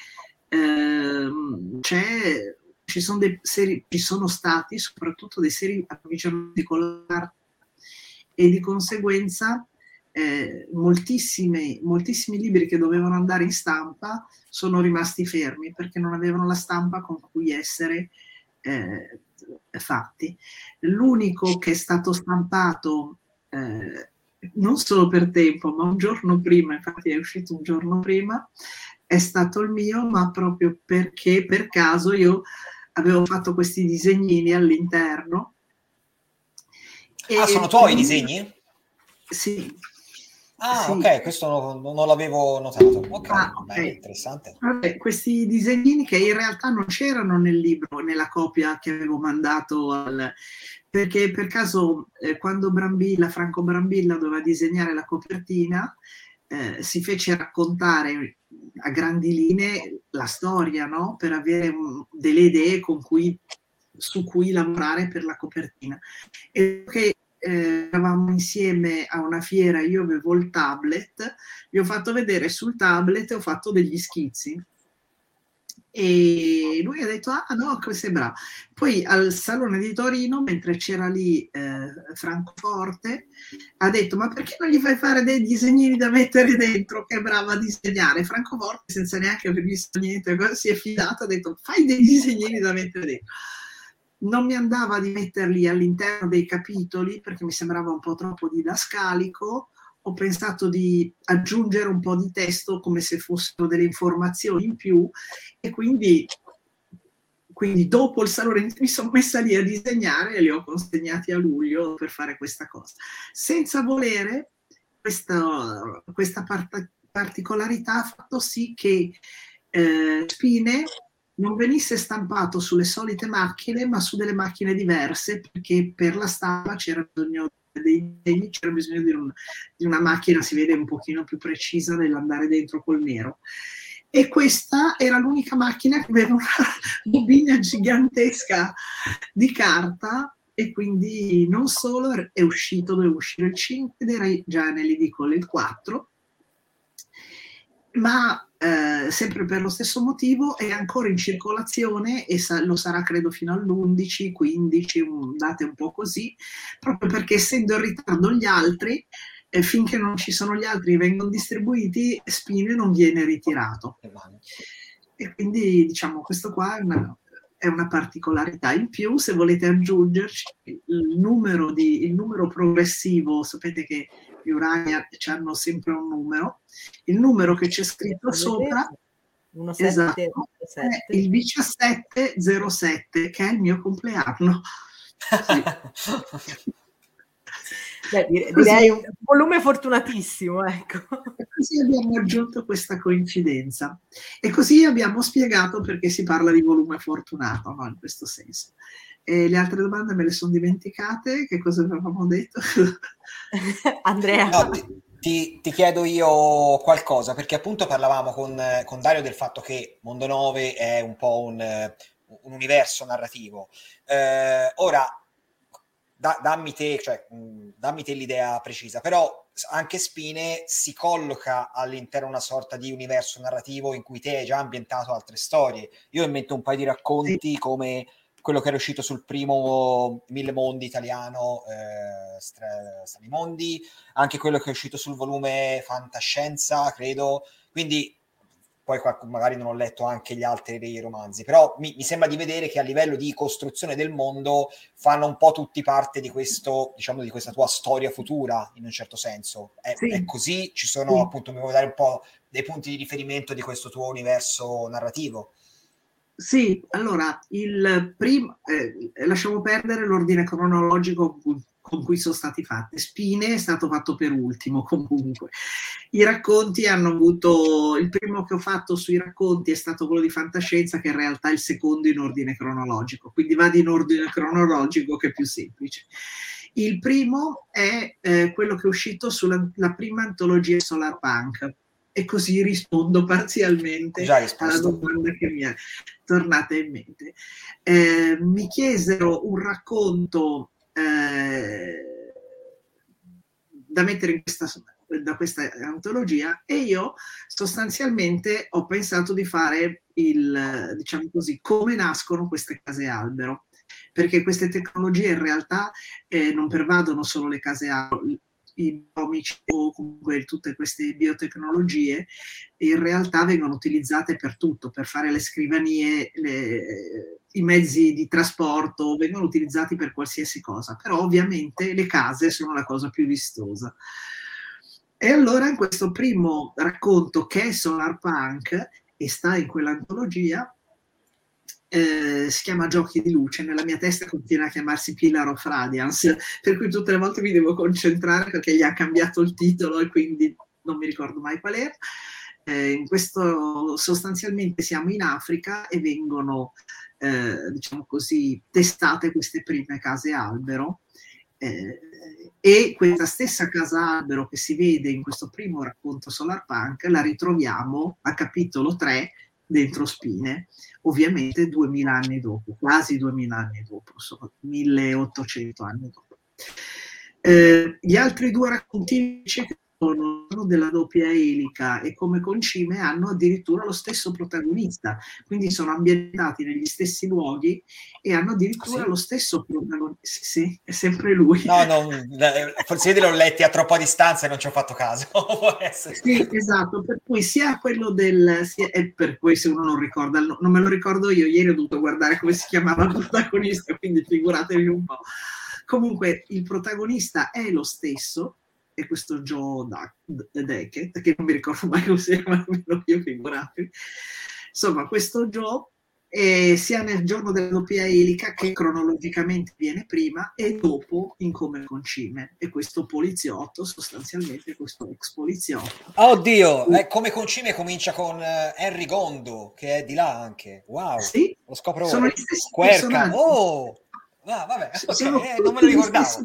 ci sono stati soprattutto dei seri approvvigionamenti con l'arte, e di conseguenza moltissimi libri che dovevano andare in stampa sono rimasti fermi perché non avevano la stampa con cui essere fatti. L'unico che è stato stampato non solo per tempo, ma un giorno prima, infatti è uscito un giorno prima, è stato il mio, ma proprio perché per caso io avevo fatto questi disegnini all'interno. Sono tuoi i disegni? Sì. Sì. Ok, questo non l'avevo notato. Ok, okay. Interessante. Vabbè, questi disegnini che in realtà non c'erano nel libro, nella copia che avevo mandato perché per caso quando Franco Brambilla doveva disegnare la copertina, si fece raccontare a grandi linee la storia, no? Per avere delle idee su cui lavorare per la copertina. E che eravamo insieme a una fiera, io avevo il tablet, gli ho fatto vedere sul tablet e ho fatto degli schizzi. E lui ha detto: ah no, come sembra. Poi al Salone di Torino, mentre c'era lì Francoforte, ha detto: ma perché non gli fai fare dei disegnini da mettere dentro, che è brava a disegnare? Francoforte, senza neanche aver visto niente, si è fidato, ha detto: fai dei disegnini da mettere dentro. Non mi andava di metterli all'interno dei capitoli perché mi sembrava un po' troppo didascalico. Ho pensato di aggiungere un po' di testo come se fossero delle informazioni in più, e quindi dopo il salone mi sono messa lì a disegnare e li ho consegnati a luglio per fare questa cosa. Senza volere, questa particolarità ha fatto sì che Spine non venisse stampato sulle solite macchine, ma su delle macchine diverse, perché per la stampa c'era bisogno di una macchina, si vede, un pochino più precisa nell'andare dentro col nero. E questa era l'unica macchina che aveva una bobina gigantesca di carta, e quindi non solo è uscito, doveva uscire il 5 ed era già nell'edicola il 4, ma sempre per lo stesso motivo è ancora in circolazione e lo sarà credo fino all'11, 15, date un po' così, proprio perché essendo in ritardo gli altri, finché non ci sono gli altri e vengono distribuiti, Spine non viene ritirato. E quindi diciamo questo qua è una particolarità in più. Se volete aggiungerci il numero progressivo, sapete che gli Urania hanno sempre un il numero che c'è scritto sopra, 1707, esatto, è il 1707, che è il mio compleanno. Sì. Beh, direi un volume fortunatissimo, ecco. Così abbiamo aggiunto questa coincidenza e così abbiamo spiegato perché si parla di volume fortunato, no? In questo senso. E le altre domande me le sono dimenticate. Che cosa avevamo detto? Andrea. No, ti chiedo io qualcosa, perché appunto parlavamo con Dario del fatto che Mondo 9 è un po' un universo narrativo. Ora, dammi te l'idea precisa, però anche Spine si colloca all'interno di una sorta di universo narrativo in cui te hai già ambientato altre storie. Io ho in mente un paio di racconti come quello che era uscito sul primo Mille Mondi italiano, Strani Mondi, anche quello che è uscito sul volume Fantascienza, credo, quindi poi magari non ho letto anche gli altri dei romanzi, però mi sembra di vedere che a livello di costruzione del mondo fanno un po' tutti parte di questo, diciamo, di questa tua storia futura, in un certo senso. È così? Ci sono, appunto, mi vuoi dare un po' dei punti di riferimento di questo tuo universo narrativo? Sì, allora, il primo, lasciamo perdere l'ordine cronologico con cui sono stati fatti. Spine è stato fatto per ultimo, comunque. I racconti hanno avuto, il primo che ho fatto sui racconti è stato quello di Fantascienza, che in realtà è il secondo in ordine cronologico, quindi vado in ordine cronologico che è più semplice. Il primo è quello che è uscito sulla prima antologia Solarpunk, e così rispondo parzialmente alla domanda che mi è tornata in mente. Mi chiesero un racconto da mettere da questa antologia, e io sostanzialmente ho pensato di fare diciamo così, come nascono queste case albero, perché queste tecnologie in realtà non pervadono solo le case albero, i biomici o comunque tutte queste biotecnologie in realtà vengono utilizzate per tutto, per fare le scrivanie, i mezzi di trasporto, vengono utilizzati per qualsiasi cosa, però ovviamente le case sono la cosa più vistosa. E allora in questo primo racconto, che è Solarpunk e sta in quell'antologia, si chiama Giochi di luce, nella mia testa continua a chiamarsi Pillar of Radiance, per cui tutte le volte mi devo concentrare perché gli ha cambiato il titolo e quindi non mi ricordo mai qual era. In questo sostanzialmente siamo in Africa e vengono diciamo così testate queste prime case albero, e questa stessa casa albero che si vede in questo primo racconto Solarpunk la ritroviamo a capitolo 3 dentro Spine, ovviamente 2000 anni dopo, quasi 2000 anni dopo, 1800 anni dopo. Gli altri due racconti che sono della doppia elica e come concime hanno addirittura lo stesso protagonista, quindi sono ambientati negli stessi luoghi e hanno addirittura lo stesso protagonista. Sì, è sempre lui. No, forse io l'ho letti a troppa distanza e non ci ho fatto caso. Sì, esatto, per cui sia quello e per cui se uno non ricorda, non me lo ricordo io, ieri ho dovuto guardare come si chiamava il protagonista, quindi figuratevi un po'. Comunque il protagonista è lo stesso, è questo Joe Deckett, che non mi ricordo mai come si chiama, nemmeno io, figuratevi. Insomma, questo Joe sia nel giorno della doppia elica, che cronologicamente viene prima, e dopo in Come concime. E questo poliziotto, sostanzialmente questo ex poliziotto. Oddio, Come concime comincia con Henry Gondo, che è di là anche. Wow, sì, lo scopro sono ora. gli stessi Querca. Oh, vabbè, okay, non me lo ricordavo.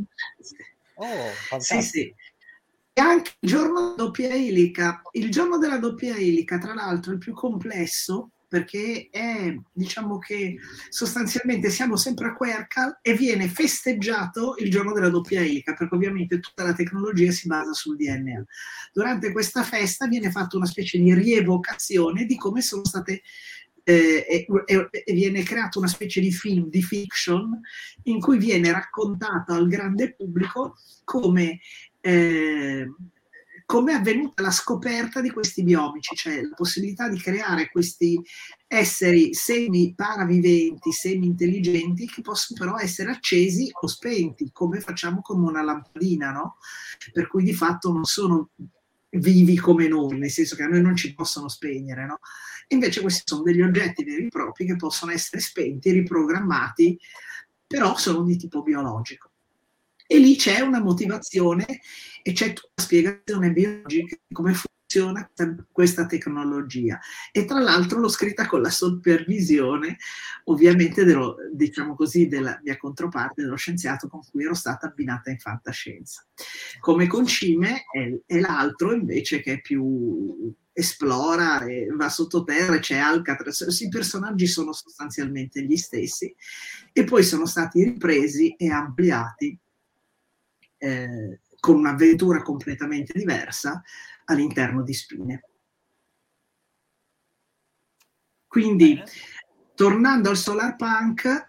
Oh, sì. E anche il giorno della doppia elica. Il giorno della doppia elica, tra l'altro, è il più complesso, perché è, diciamo che sostanzialmente siamo sempre a Quercal e viene festeggiato il giorno della doppia elica, perché ovviamente tutta la tecnologia si basa sul DNA. Durante questa festa viene fatta una specie di rievocazione di come sono state e viene creata una specie di film, di fiction, in cui viene raccontato al grande pubblico come è avvenuta la scoperta di questi biomici, cioè la possibilità di creare questi esseri semi-paraviventi, semi-intelligenti, che possono però essere accesi o spenti, come facciamo con una lampadina, no? Per cui di fatto non sono vivi come noi, nel senso che a noi non ci possono spegnere, no? Invece questi sono degli oggetti veri e propri che possono essere spenti, riprogrammati, però sono di tipo biologico. E lì c'è una motivazione e c'è tutta una spiegazione biologica di come funziona questa tecnologia. E tra l'altro l'ho scritta con la supervisione, ovviamente, diciamo così, della mia controparte, dello scienziato con cui ero stata abbinata in fantascienza. Come concime è l'altro invece che è più esplora e va sottoterra, c'è Alcatraz, i personaggi sono sostanzialmente gli stessi e poi sono stati ripresi e ampliati con un'avventura completamente diversa all'interno di Spine. Quindi, tornando al Solarpunk,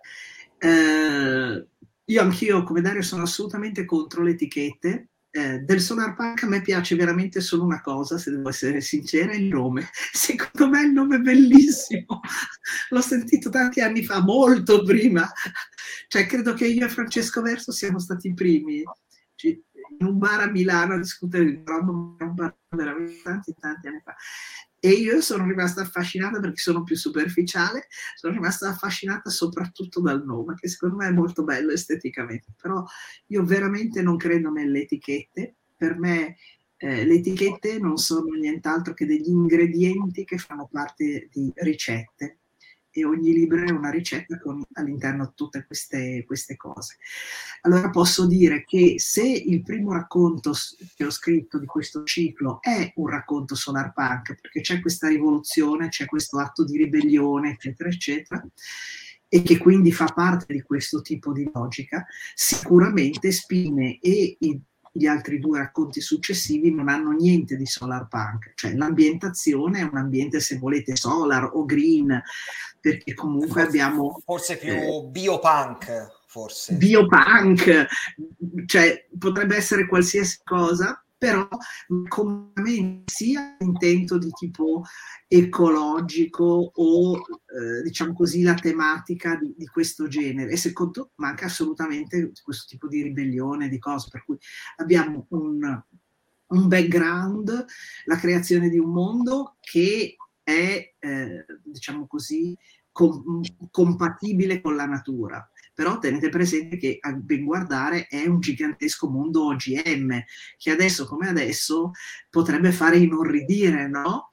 io anch'io, come Dario, sono assolutamente contro le etichette. Del Solarpunk a me piace veramente solo una cosa, se devo essere sincera, il nome. Secondo me il nome è bellissimo. L'ho sentito tanti anni fa, molto prima. Cioè, credo che io e Francesco Verso siamo stati i primi in un bar a Milano a discutere di un bar veramente tanti anni fa. E io sono rimasta affascinata, perché sono più superficiale, sono rimasta affascinata soprattutto dal nome, che secondo me è molto bello esteticamente, però io veramente non credo nelle etichette. Per me le etichette non sono nient'altro che degli ingredienti che fanno parte di ricette, e ogni libro è una ricetta con all'interno tutte queste cose. Allora posso dire che se il primo racconto che ho scritto di questo ciclo è un racconto Solarpunk, perché c'è questa rivoluzione, c'è questo atto di ribellione, eccetera, eccetera, e che quindi fa parte di questo tipo di logica, sicuramente Spine e gli altri 2 racconti successivi non hanno niente di Solarpunk, cioè l'ambientazione è un ambiente, se volete, solar o green, perché comunque abbiamo... Forse più biopunk, forse. Biopunk, cioè potrebbe essere qualsiasi cosa, però come sia intento di tipo ecologico o diciamo così la tematica di questo genere, e secondo manca assolutamente questo tipo di ribellione, di cose, per cui abbiamo un background, la creazione di un mondo che è diciamo così compatibile con la natura. Però tenete presente che, a ben guardare, è un gigantesco mondo OGM, che adesso come adesso potrebbe fare inorridire, no?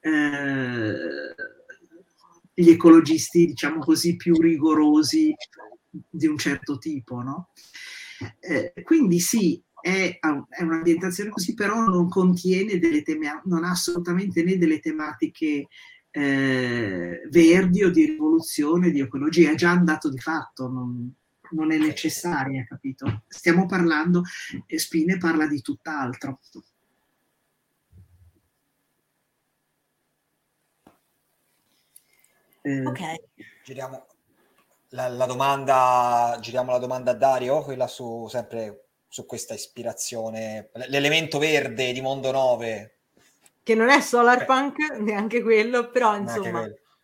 Gli ecologisti, diciamo così, più rigorosi di un certo tipo, no? Quindi sì, è un'ambientazione così, però non contiene non ha assolutamente né delle tematiche verdi o di rivoluzione, di ecologia, è già andato di fatto, non è necessaria, capito? Stiamo parlando, Spine parla di tutt'altro. Ok. Giriamo la domanda a Dario, quella sempre su questa ispirazione, l'elemento verde di Mondo 9. Che non è Solarpunk, neanche quello, però insomma,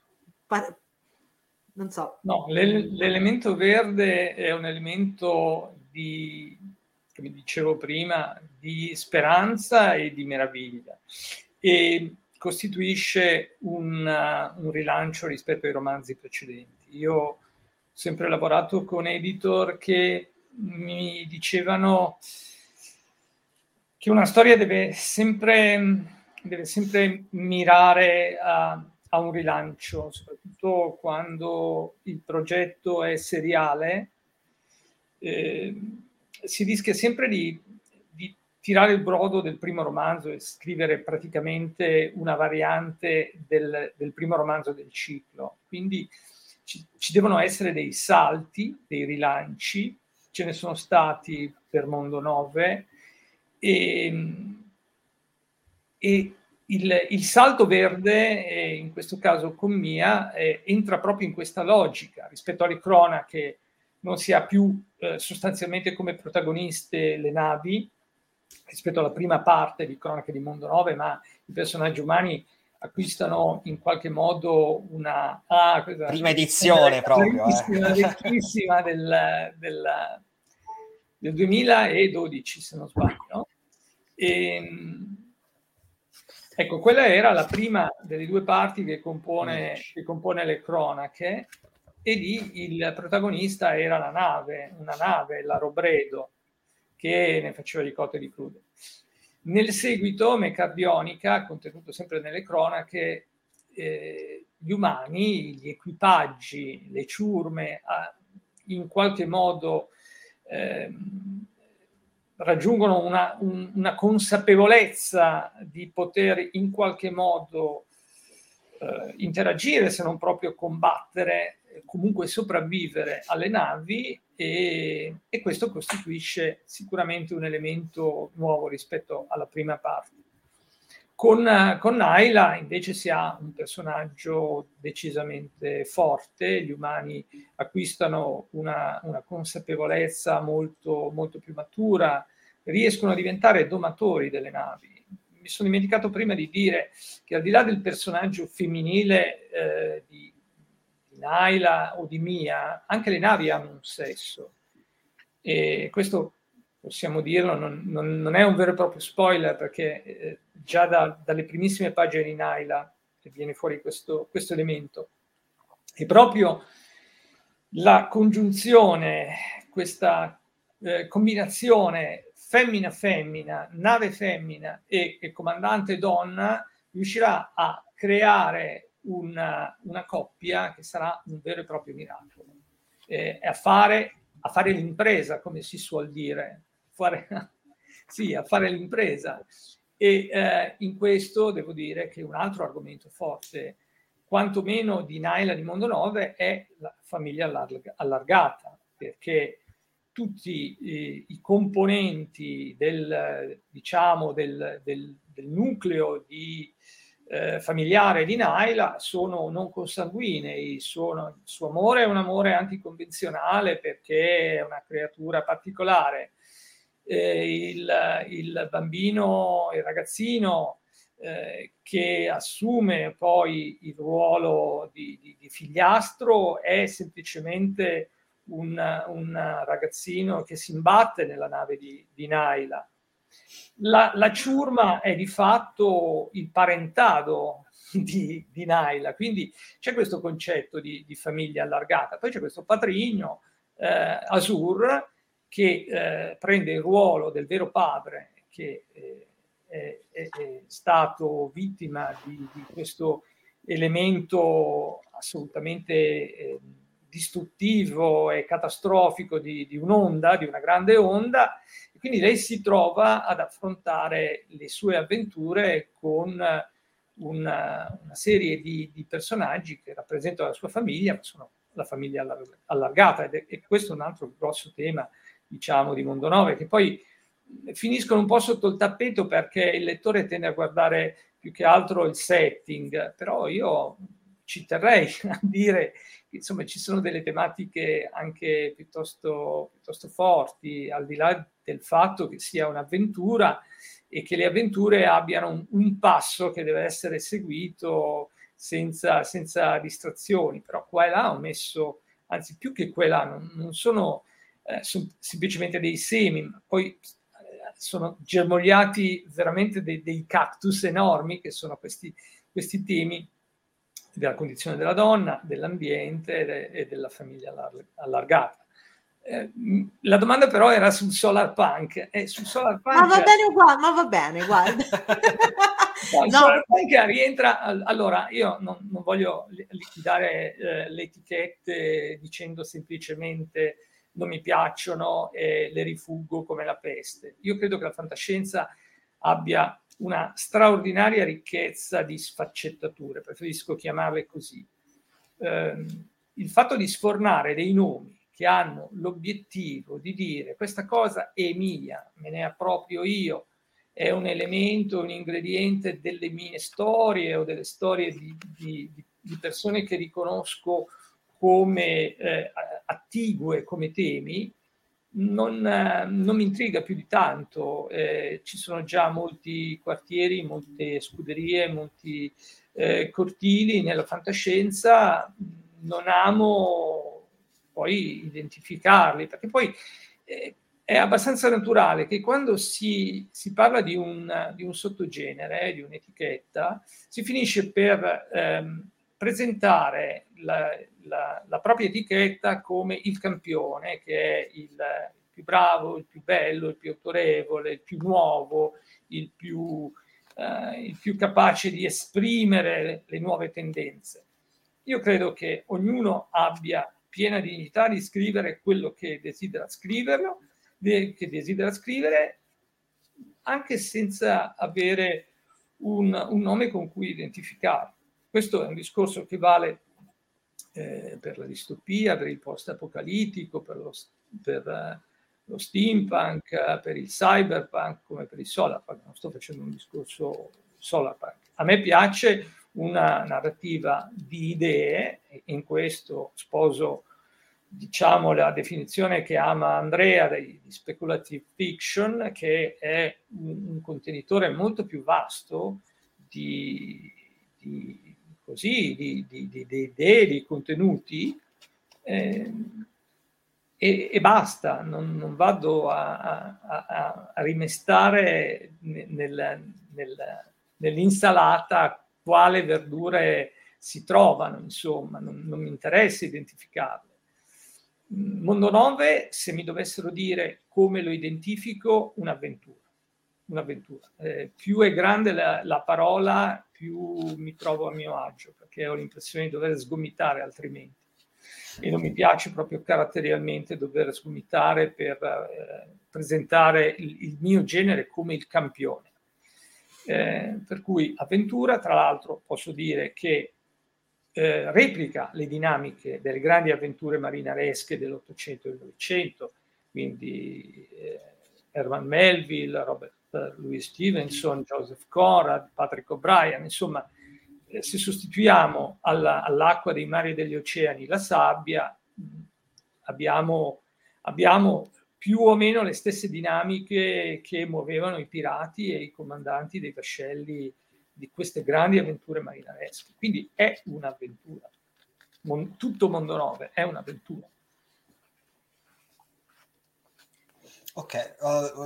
non so. No, l'elemento verde è un elemento di, come dicevo prima, di speranza e di meraviglia, e costituisce un rilancio rispetto ai romanzi precedenti. Io ho sempre lavorato con editor che mi dicevano che una storia deve sempre mirare a un rilancio, soprattutto quando il progetto è seriale. Si rischia sempre di tirare il brodo del primo romanzo e scrivere praticamente una variante del primo romanzo del ciclo. Quindi ci devono essere dei salti, dei rilanci, ce ne sono stati per Mondo 9, e il salto verde, in questo caso con Mia, entra proprio in questa logica. Rispetto alle cronache non si ha più sostanzialmente come protagoniste le navi, rispetto alla prima parte di Cronache di Mondo 9, ma i personaggi umani acquistano in qualche modo una prima edizione proprio vecchissima del 2012, se non sbaglio. Ecco, quella era la prima delle 2 parti che compone le cronache, e lì il protagonista era una nave, la Robredo, che ne faceva di cotte e di crude. Nel seguito, Mecardionica, contenuto sempre nelle cronache, gli umani, gli equipaggi, le ciurme, in qualche modo raggiungono una consapevolezza di poter in qualche modo interagire, se non proprio combattere, comunque sopravvivere alle navi, e questo costituisce sicuramente un elemento nuovo rispetto alla prima parte. Con Naila invece si ha un personaggio decisamente forte, gli umani acquistano una consapevolezza molto, molto più matura, riescono a diventare domatori delle navi. Mi sono dimenticato prima di dire che al di là del personaggio femminile di Naila o di Mia, anche le navi hanno un sesso, e questo possiamo dirlo, non è un vero e proprio spoiler, perché già dalle primissime pagine di Naila viene fuori questo elemento. E proprio la congiunzione, questa combinazione femmina-femmina, nave femmina e comandante donna, riuscirà a creare una coppia che sarà un vero e proprio miracolo. A fare l'impresa, come si suol dire, a fare l'impresa. E in questo devo dire che un altro argomento forte, quantomeno di Naila di Mondo 9, è la famiglia allargata, perché tutti i componenti del nucleo familiare di Naila sono non consanguinei, il suo amore è un amore anticonvenzionale perché è una creatura particolare. Il bambino, il ragazzino che assume poi il ruolo di figliastro è semplicemente un ragazzino che si imbatte nella nave di Naila. La ciurma è di fatto il parentado di Naila, quindi c'è questo concetto di famiglia allargata. Poi c'è questo patrigno, Azur, che prende il ruolo del vero padre, che è stato vittima di questo elemento assolutamente distruttivo e catastrofico di un'onda, di una grande onda, e quindi lei si trova ad affrontare le sue avventure con una serie di personaggi che rappresentano la sua famiglia, ma sono la famiglia allargata, e questo è un altro grosso tema, diciamo, di Mondo 9, che poi finiscono un po' sotto il tappeto perché il lettore tende a guardare più che altro il setting, però io ci terrei a dire che insomma ci sono delle tematiche anche piuttosto forti, al di là del fatto che sia un'avventura e che le avventure abbiano un passo che deve essere seguito senza distrazioni. Però qua e là ho messo, anzi più che qua e là, non sono semplicemente dei semi, ma poi sono germogliati veramente dei cactus enormi, che sono questi temi della condizione della donna, dell'ambiente e della famiglia allargata. La domanda però era sul solar punk. Sul solar punk ma va bene, guarda. No, il solar punk rientra. Allora, io non voglio liquidare le etichette dicendo semplicemente non mi piacciono e le rifuggo come la peste. Io credo che la fantascienza abbia una straordinaria ricchezza di sfaccettature, preferisco chiamarle così. Il fatto di sfornare dei nomi che hanno l'obiettivo di dire questa cosa è mia, me ne approprio io, è un elemento, un ingrediente delle mie storie o delle storie di persone che riconosco come attigue, come temi, non mi intriga più di tanto. Ci sono già molti quartieri, molte scuderie, molti cortili nella fantascienza. Non amo poi identificarli, perché poi è abbastanza naturale che quando si parla di un sottogenere, di un'etichetta, si finisce per presentare la propria etichetta come il campione, che è il più bravo, il più bello, il più autorevole, il più nuovo, il più capace di esprimere le nuove tendenze. Io credo che ognuno abbia piena dignità di scrivere quello che desidera scriverlo, che desidera scrivere, anche senza avere un nome con cui identificarlo. Questo è un discorso che vale per la distopia, per il post-apocalittico, per lo steampunk, per il cyberpunk, come per il solarpunk. Non sto facendo un discorso solarpunk. A me piace una narrativa di idee, e in questo sposo, diciamo, la definizione che ama Andrea di speculative fiction, che è un contenitore molto più vasto di idee, di contenuti, e basta, non vado a rimestare nell'insalata quale verdure si trovano, insomma, non mi interessa identificarle. Mondo 9, se mi dovessero dire come lo identifico, un'avventura. Più è grande la parola, più mi trovo a mio agio, perché ho l'impressione di dover sgomitare altrimenti. E non mi piace proprio caratterialmente dover sgomitare per presentare il mio genere come il campione. Per cui avventura, tra l'altro posso dire che replica le dinamiche delle grandi avventure marinaresche dell'Ottocento e del Novecento, quindi Herman Melville, Robert Louis Stevenson, Joseph Conrad, Patrick O'Brian, insomma, se sostituiamo all'acqua dei mari e degli oceani la sabbia, abbiamo più o meno le stesse dinamiche che muovevano i pirati e i comandanti dei vascelli di queste grandi avventure marinaresche. Quindi è un'avventura. Tutto Mondo 9 è un'avventura. Ok,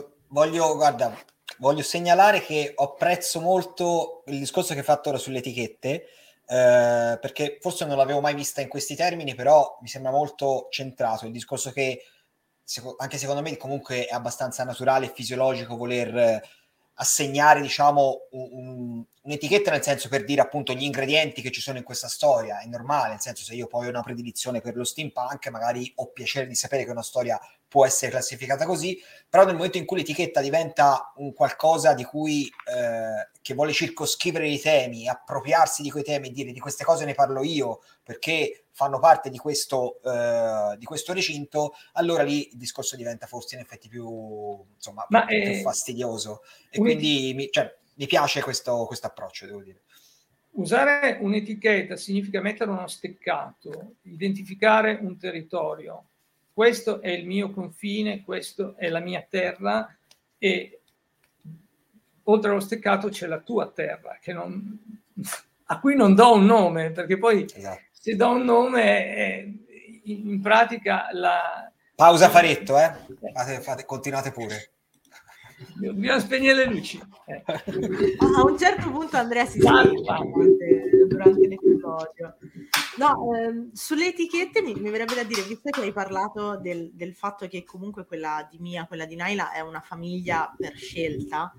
voglio segnalare che apprezzo molto il discorso che hai fatto ora sulle etichette, perché forse non l'avevo mai vista in questi termini, però mi sembra molto centrato il discorso che anche secondo me comunque è abbastanza naturale e fisiologico voler assegnare, diciamo, un'etichetta, nel senso, per dire appunto gli ingredienti che ci sono in questa storia. È normale, nel senso, se io poi ho una predilezione per lo steampunk, magari ho piacere di sapere che una storia può essere classificata così, però nel momento in cui l'etichetta diventa un qualcosa di cui che vuole circoscrivere i temi, appropriarsi di quei temi e dire di queste cose ne parlo io perché fanno parte di questo recinto, allora lì il discorso diventa forse in effetti più fastidioso, e quindi mi piace questo approccio, devo dire. Usare un'etichetta significa mettere uno steccato, identificare un territorio. Questo è il mio confine, questo è la mia terra, e oltre allo steccato c'è la tua terra, a cui non do un nome, perché poi se do un nome in pratica la... Pausa Faretto, continuate pure. Dobbiamo spegnere le luci. A un certo punto Andrea si spiega durante l'episodio. No, sulle etichette mi verrebbe da dire, visto che hai parlato del fatto che comunque quella di Mia, quella di Naila è una famiglia per scelta,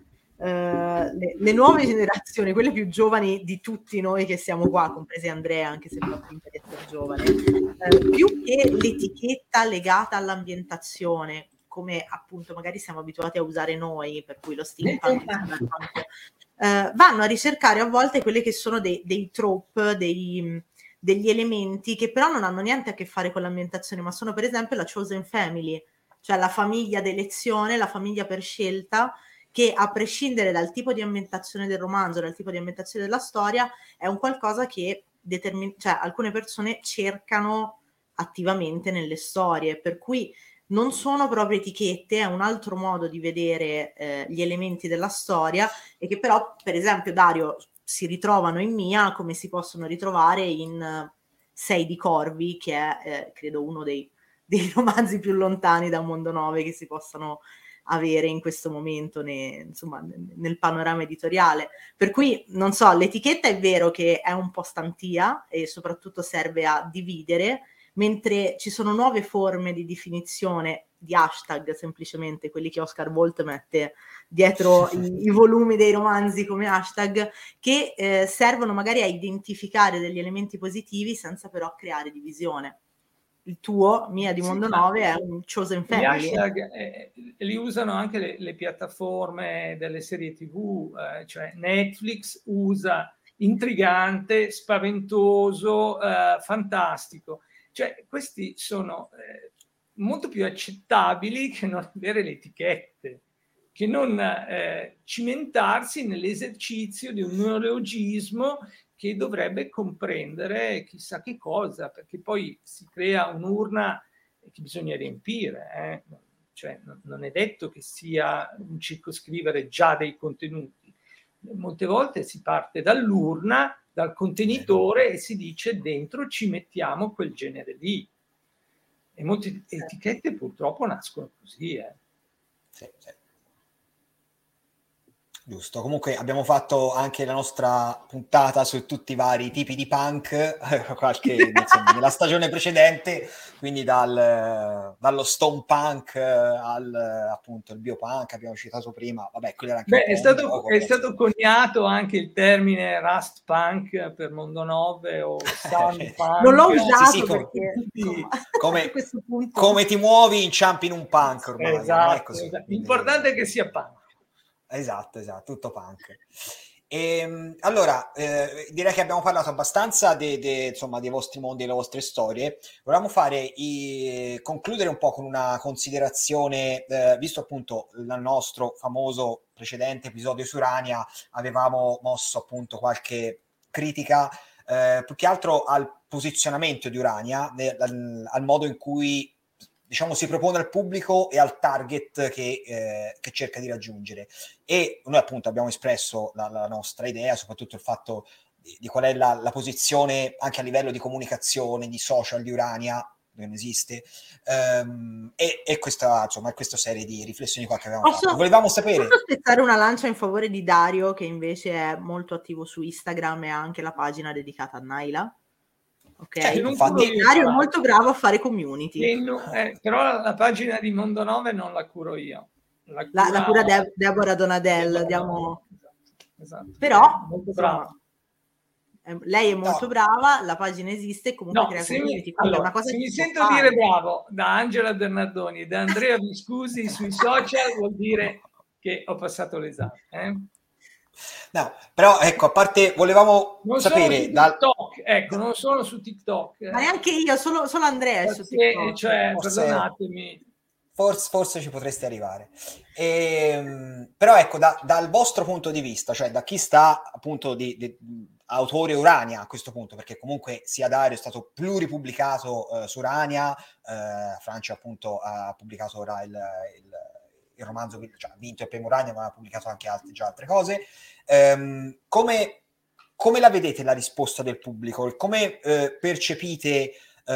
le nuove generazioni, quelle più giovani di tutti noi che siamo qua, comprese Andrea, anche se fa finta di essere giovane, più che l'etichetta legata all'ambientazione, come appunto magari siamo abituati a usare noi, per cui lo steampunk, vanno a ricercare a volte quelle che sono dei trope, degli elementi che però non hanno niente a che fare con l'ambientazione, ma sono per esempio la chosen family, cioè la famiglia d'elezione, la famiglia per scelta, che a prescindere dal tipo di ambientazione del romanzo, dal tipo di ambientazione della storia, è un qualcosa che alcune persone cercano attivamente nelle storie, per cui non sono proprio etichette, è un altro modo di vedere gli elementi della storia, e che però, per esempio, Dario, si ritrovano in Mia come si possono ritrovare in Sei di Corvi, che è credo uno dei romanzi più lontani da Mondo 9 che si possano avere in questo momento nel panorama editoriale. Per cui, non so, l'etichetta è vero che è un po' stantia e soprattutto serve a dividere, mentre ci sono nuove forme di definizione di hashtag, semplicemente quelli che Oscar Bolt mette dietro i volumi dei romanzi come hashtag, che servono magari a identificare degli elementi positivi senza però creare divisione. il tuo, Mia di Mondo 9, è un chosen family. Li usano anche le piattaforme delle serie TV, cioè Netflix usa intrigante, spaventoso, fantastico. Cioè questi sono molto più accettabili che non avere le etichette, che non cimentarsi nell'esercizio di un neologismo che dovrebbe comprendere chissà che cosa, perché poi si crea un'urna che bisogna riempire. Cioè, non è detto che sia un circoscrivere già dei contenuti. Molte volte si parte dall'urna, dal contenitore, e si dice dentro ci mettiamo quel genere lì. E molte etichette purtroppo nascono così. Sì. Giusto, comunque abbiamo fatto anche la nostra puntata su tutti i vari tipi di punk nella stagione precedente, quindi dallo stone punk appunto il biopunk, abbiamo citato prima. Vabbè, quello era anche è stato coniato anche il termine Rust Punk per Mondo 9 o Sound Punk. Non l'ho usato sì, perché come ti muovi inciampi in un punk ormai. Esatto, non è così. Esatto. L'importante è che sia punk. Esatto, tutto punk. Allora, direi che abbiamo parlato abbastanza insomma, dei vostri mondi e delle vostre storie. Volevamo concludere un po' con una considerazione, visto appunto il nostro famoso precedente episodio su Urania, avevamo mosso appunto qualche critica, più che altro al posizionamento di Urania, al modo in cui, diciamo, si propone al pubblico e al target che cerca di raggiungere. E noi appunto abbiamo espresso la nostra idea, soprattutto il fatto di qual è la posizione anche a livello di comunicazione, di social di Urania, che non esiste, e questa serie di riflessioni qua che avevamo fatto. Volevamo sapere... Posso spezzare una lancia in favore di Dario, che invece è molto attivo su Instagram e ha anche la pagina dedicata a Naila? Ok, infatti Dario è molto bravo a fare community. Però la pagina di Mondo 9 non la curo io. La cura Deborah Donadel. Esatto. Però molto brava. Lei è molto brava, la pagina esiste, comunque crea community. Se mi sento dire bravo da Angela Bernardoni e da Andrea Viscusi sui social, vuol dire che ho passato l'esame. No, però ecco, a parte volevamo sapere non sono su TikTok. Ma neanche io, solo Andrea è su TikTok. Cioè, perdonatemi. Forse ci potreste arrivare. Però ecco, dal vostro punto di vista, cioè da chi sta appunto di autore Urania a questo punto, perché comunque sia Dario è stato pluripubblicato su Urania, Francia appunto ha pubblicato ora il romanzo, cioè ha vinto il premio Urania, ma ha pubblicato anche altre cose. Come la vedete la risposta del pubblico? Come percepite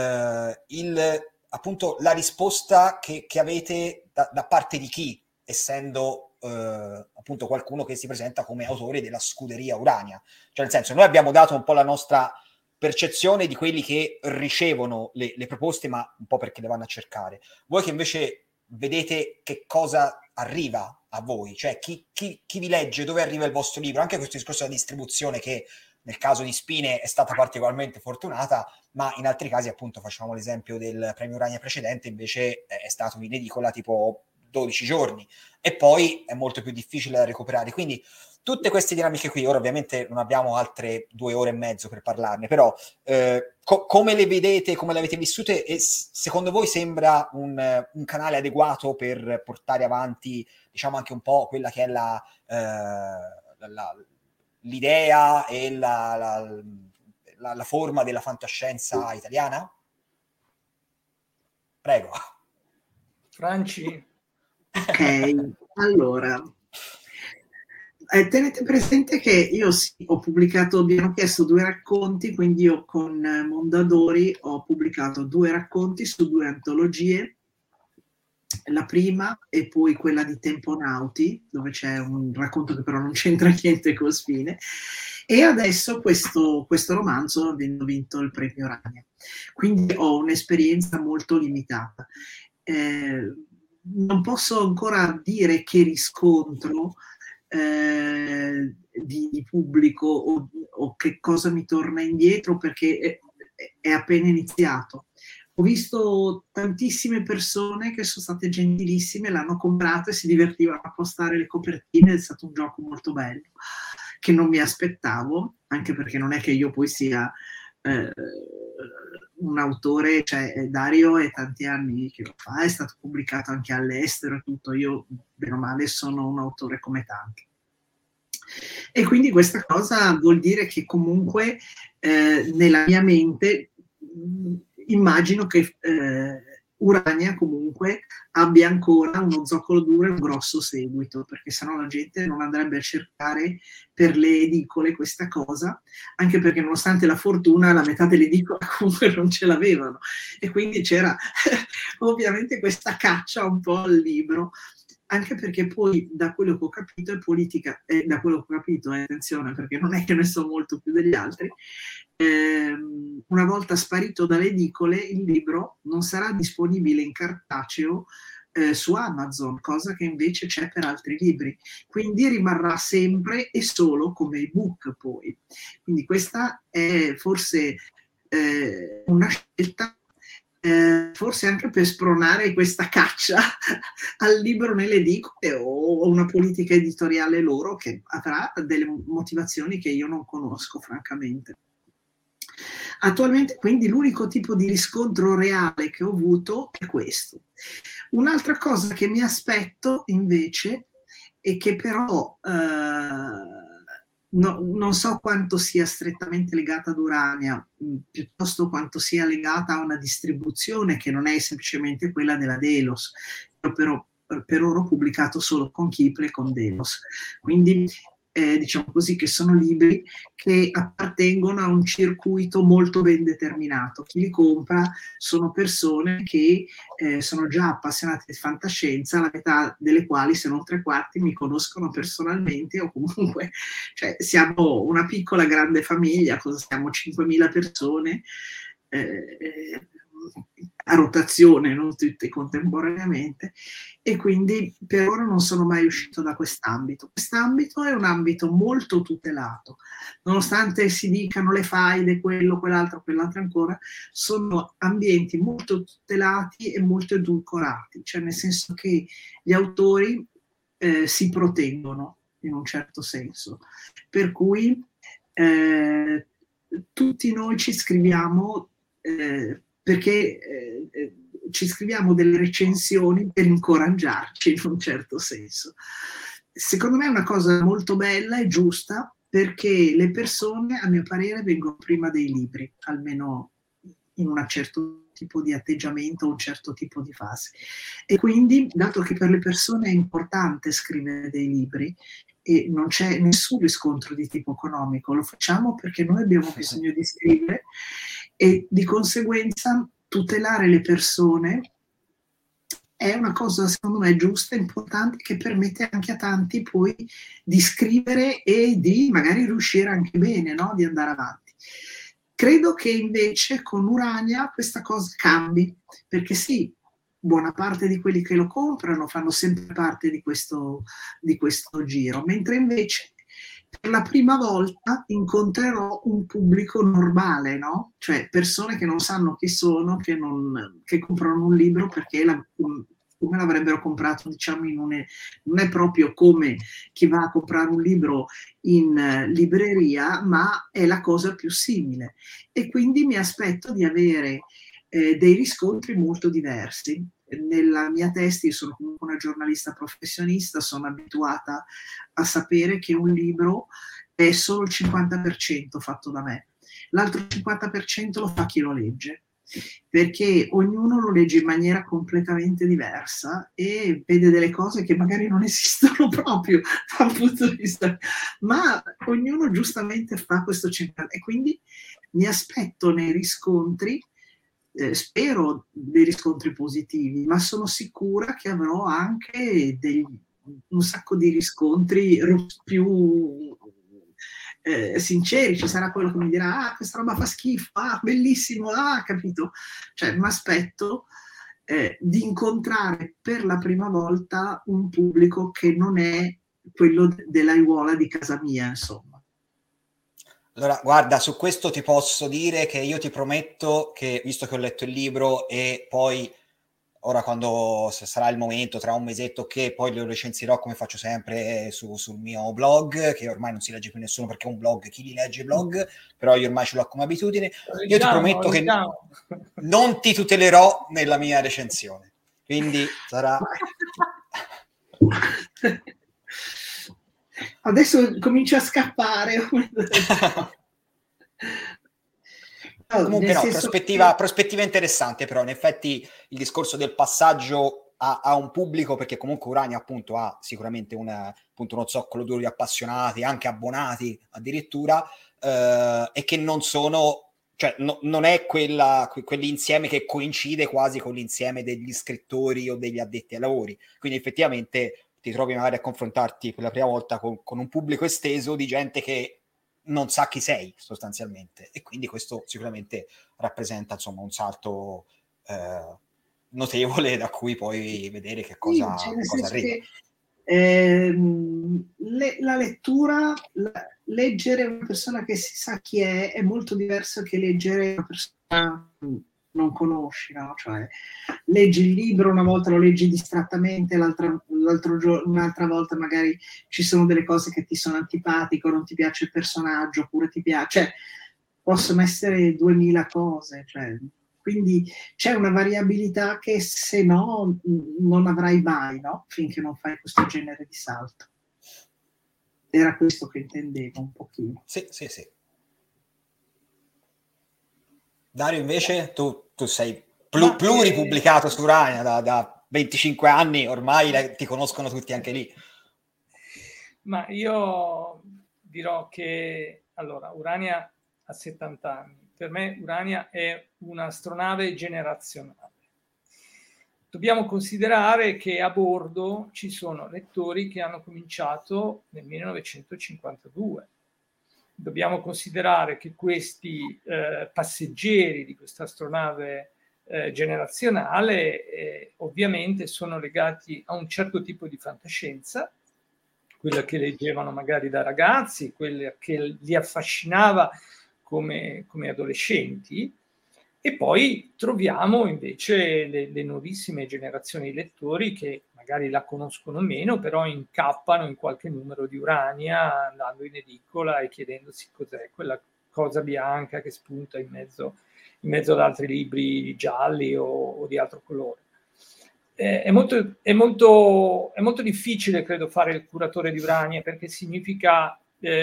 appunto la risposta che avete da parte di chi, essendo appunto qualcuno che si presenta come autore della scuderia Urania? Cioè, nel senso, noi abbiamo dato un po' la nostra percezione di quelli che ricevono le proposte, ma un po' perché le vanno a cercare. Voi che invece vedete che cosa arriva a voi, cioè chi vi legge, dove arriva il vostro libro, anche questo discorso della distribuzione che nel caso di Spine è stata particolarmente fortunata, ma in altri casi appunto facciamo l'esempio del premio Urania precedente, invece è stato in edicola tipo 12 giorni e poi è molto più difficile da recuperare, quindi tutte queste dinamiche qui, ora ovviamente non abbiamo altre 2 ore e mezzo per parlarne, però come le vedete, come le avete vissute e secondo voi sembra un canale adeguato per portare avanti, diciamo, anche un po' quella che è l'idea e la forma della fantascienza italiana? Prego. Franci. Ok, allora... tenete presente che io abbiamo chiesto 2 racconti, quindi io con Mondadori ho pubblicato 2 racconti su 2 antologie, la prima e poi quella di Temponauti, dove c'è un racconto che però non c'entra niente con Spine, e adesso questo romanzo avendo vinto il premio Urania. Quindi ho un'esperienza molto limitata. Non posso ancora dire che riscontro di pubblico o che cosa mi torna indietro, perché è appena iniziato, Ho visto tantissime persone che sono state gentilissime, l'hanno comprato e si divertivano a postare le copertine. È stato un gioco molto bello, che non mi aspettavo, anche perché non è che io poi sia un autore, cioè Dario è tanti anni che lo fa, è stato pubblicato anche all'estero e tutto, io bene o male sono un autore come tanti. E quindi questa cosa vuol dire che comunque nella mia mente immagino che Urania comunque abbia ancora uno zoccolo duro e un grosso seguito, perché sennò la gente non andrebbe a cercare per le edicole questa cosa, anche perché nonostante la fortuna la metà delle edicole comunque non ce l'avevano, e quindi c'era ovviamente questa caccia un po' al libro, anche perché poi da quello che ho capito è politica, da quello che ho capito, attenzione, perché non è che ne so molto più degli altri, una volta sparito dalle edicole il libro non sarà disponibile in cartaceo su Amazon, cosa che invece c'è per altri libri, quindi rimarrà sempre e solo come ebook poi. Quindi questa è forse una scelta, forse anche per spronare questa caccia al libro nelle edicole, o una politica editoriale loro che avrà delle motivazioni che io non conosco francamente. Attualmente quindi l'unico tipo di riscontro reale che ho avuto è questo. Un'altra cosa che mi aspetto invece e che però non so quanto sia strettamente legata ad Urania, piuttosto quanto sia legata a una distribuzione che non è semplicemente quella della Delos. Io per ora ho pubblicato solo con Kiple e con Delos, quindi diciamo così che sono libri che appartengono a un circuito molto ben determinato. Chi li compra sono persone che sono già appassionate di fantascienza, la metà delle quali, se non 3/4, mi conoscono personalmente, o comunque cioè, siamo una piccola grande famiglia, cosa siamo 5.000 persone a rotazione, non tutte contemporaneamente, e quindi per ora non sono mai uscito da quest'ambito. Quest'ambito è un ambito molto tutelato, nonostante si dicano le faide, quello, quell'altro ancora, sono ambienti molto tutelati e molto edulcorati, cioè nel senso che gli autori si proteggono in un certo senso, per cui tutti noi ci scriviamo perché ci scriviamo delle recensioni per incoraggiarci in un certo senso. Secondo me è una cosa molto bella e giusta, perché le persone, a mio parere, vengono prima dei libri, almeno in un certo tipo di atteggiamento, un certo tipo di fase. E quindi, dato che per le persone è importante scrivere dei libri e non c'è nessun riscontro di tipo economico, lo facciamo perché noi abbiamo bisogno di scrivere, e di conseguenza tutelare le persone è una cosa secondo me giusta e importante, che permette anche a tanti poi di scrivere e di magari riuscire anche bene, no? Di andare avanti. Credo che invece con Urania questa cosa cambi, perché sì, buona parte di quelli che lo comprano fanno sempre parte di questo giro, mentre invece per la prima volta incontrerò un pubblico normale, no? Cioè persone che non sanno chi sono, che comprano un libro perché come l'avrebbero comprato, diciamo, non è proprio come chi va a comprare un libro in libreria, ma è la cosa più simile. E quindi mi aspetto di avere dei riscontri molto diversi. Nella mia testa, io sono comunque una giornalista professionista, sono abituata a sapere che un libro è solo il 50% fatto da me, l'altro 50% lo fa chi lo legge, perché ognuno lo legge in maniera completamente diversa e vede delle cose che magari non esistono proprio dal punto di vista, ma ognuno giustamente fa questo 50%, e quindi mi aspetto nei riscontri, spero dei riscontri positivi, ma sono sicura che avrò anche un sacco di riscontri più sinceri. Ci sarà quello che mi dirà questa roba fa schifo, bellissimo, capito? Cioè mi aspetto di incontrare per la prima volta un pubblico che non è quello dell'aiuola di casa mia, insomma. Allora, guarda, su questo ti posso dire che io ti prometto che, visto che ho letto il libro e poi ora quando sarà il momento, tra un mesetto, che poi lo recensirò come faccio sempre sul mio blog, che ormai non si legge più nessuno perché è un blog, chi li legge i blog, però io ormai ce l'ho come abitudine. Io ti prometto che non ti tutelerò nella mia recensione, quindi sarà... Adesso comincia a scappare. Comunque no, prospettiva interessante, però in effetti il discorso del passaggio a un pubblico, perché comunque Urania appunto ha sicuramente uno zoccolo duro di appassionati, anche abbonati addirittura, e che non sono, cioè non è quell'insieme che coincide quasi con l'insieme degli scrittori o degli addetti ai lavori, quindi effettivamente ti trovi magari a confrontarti per la prima volta con un pubblico esteso di gente che non sa chi sei sostanzialmente, e quindi questo sicuramente rappresenta insomma un salto notevole da cui poi vedere che cosa, cosa arriva. La lettura, leggere una persona che si sa chi è molto diverso che leggere una persona non conosci, no? Cioè, leggi il libro, una volta lo leggi distrattamente, l'altro giorno, un'altra volta magari ci sono delle cose che ti sono antipatiche, o non ti piace il personaggio, oppure ti piace, cioè, possono essere 2000 cose, cioè, quindi c'è una variabilità che se no non avrai mai, no? Finché non fai questo genere di salto. Era questo che intendevo un pochino. Sì. Dario, invece, tu sei pluripubblicato su Urania da 25 anni, ormai ti conoscono tutti anche lì. Ma io dirò che, allora, Urania ha 70 anni. Per me Urania è un'astronave generazionale. Dobbiamo considerare che a bordo ci sono lettori che hanno cominciato nel 1952. Dobbiamo considerare che questi passeggeri di questa astronave generazionale ovviamente sono legati a un certo tipo di fantascienza, quella che leggevano magari da ragazzi, quella che li affascinava come adolescenti, e poi troviamo invece le nuovissime generazioni di lettori che magari la conoscono meno, però incappano in qualche numero di Urania andando in edicola e chiedendosi cos'è quella cosa bianca che spunta in mezzo ad altri libri gialli o di altro colore. È molto difficile, credo, fare il curatore di Urania, perché significa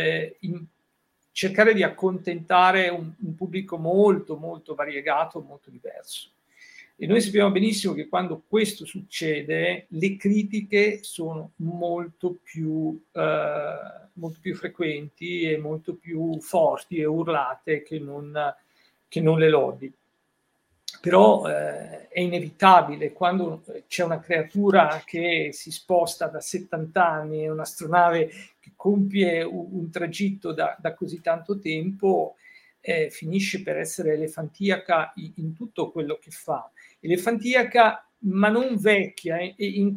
cercare di accontentare un pubblico molto, molto variegato, molto diverso. E noi sappiamo benissimo che quando questo succede, le critiche sono molto più frequenti e molto più forti e urlate che non le lodi. Però è inevitabile, quando c'è una creatura che si sposta da 70 anni, è un'astronave che compie un tragitto da così tanto tempo, finisce per essere elefantiaca in tutto quello che fa. Elefantiaca, ma non vecchia, e in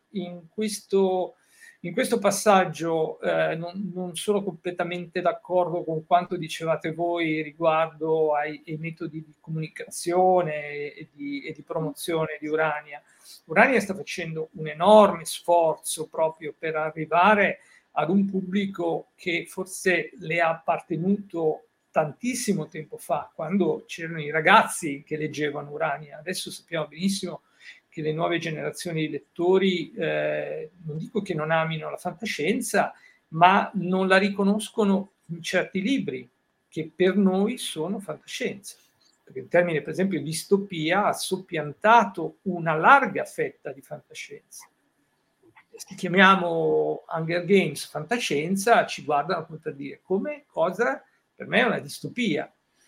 questo passaggio non sono completamente d'accordo con quanto dicevate voi riguardo ai metodi di comunicazione e di promozione di Urania. Urania sta facendo un enorme sforzo proprio per arrivare ad un pubblico che forse le ha appartenuto tantissimo tempo fa, quando c'erano i ragazzi che leggevano Urania. Adesso sappiamo benissimo che le nuove generazioni di lettori, non dico che non amino la fantascienza, ma non la riconoscono in certi libri che per noi sono fantascienza. Perché il termine, per esempio, distopia ha soppiantato una larga fetta di fantascienza. Se chiamiamo Hunger Games fantascienza, ci guardano come per dire come, cosa, per me è una distopia.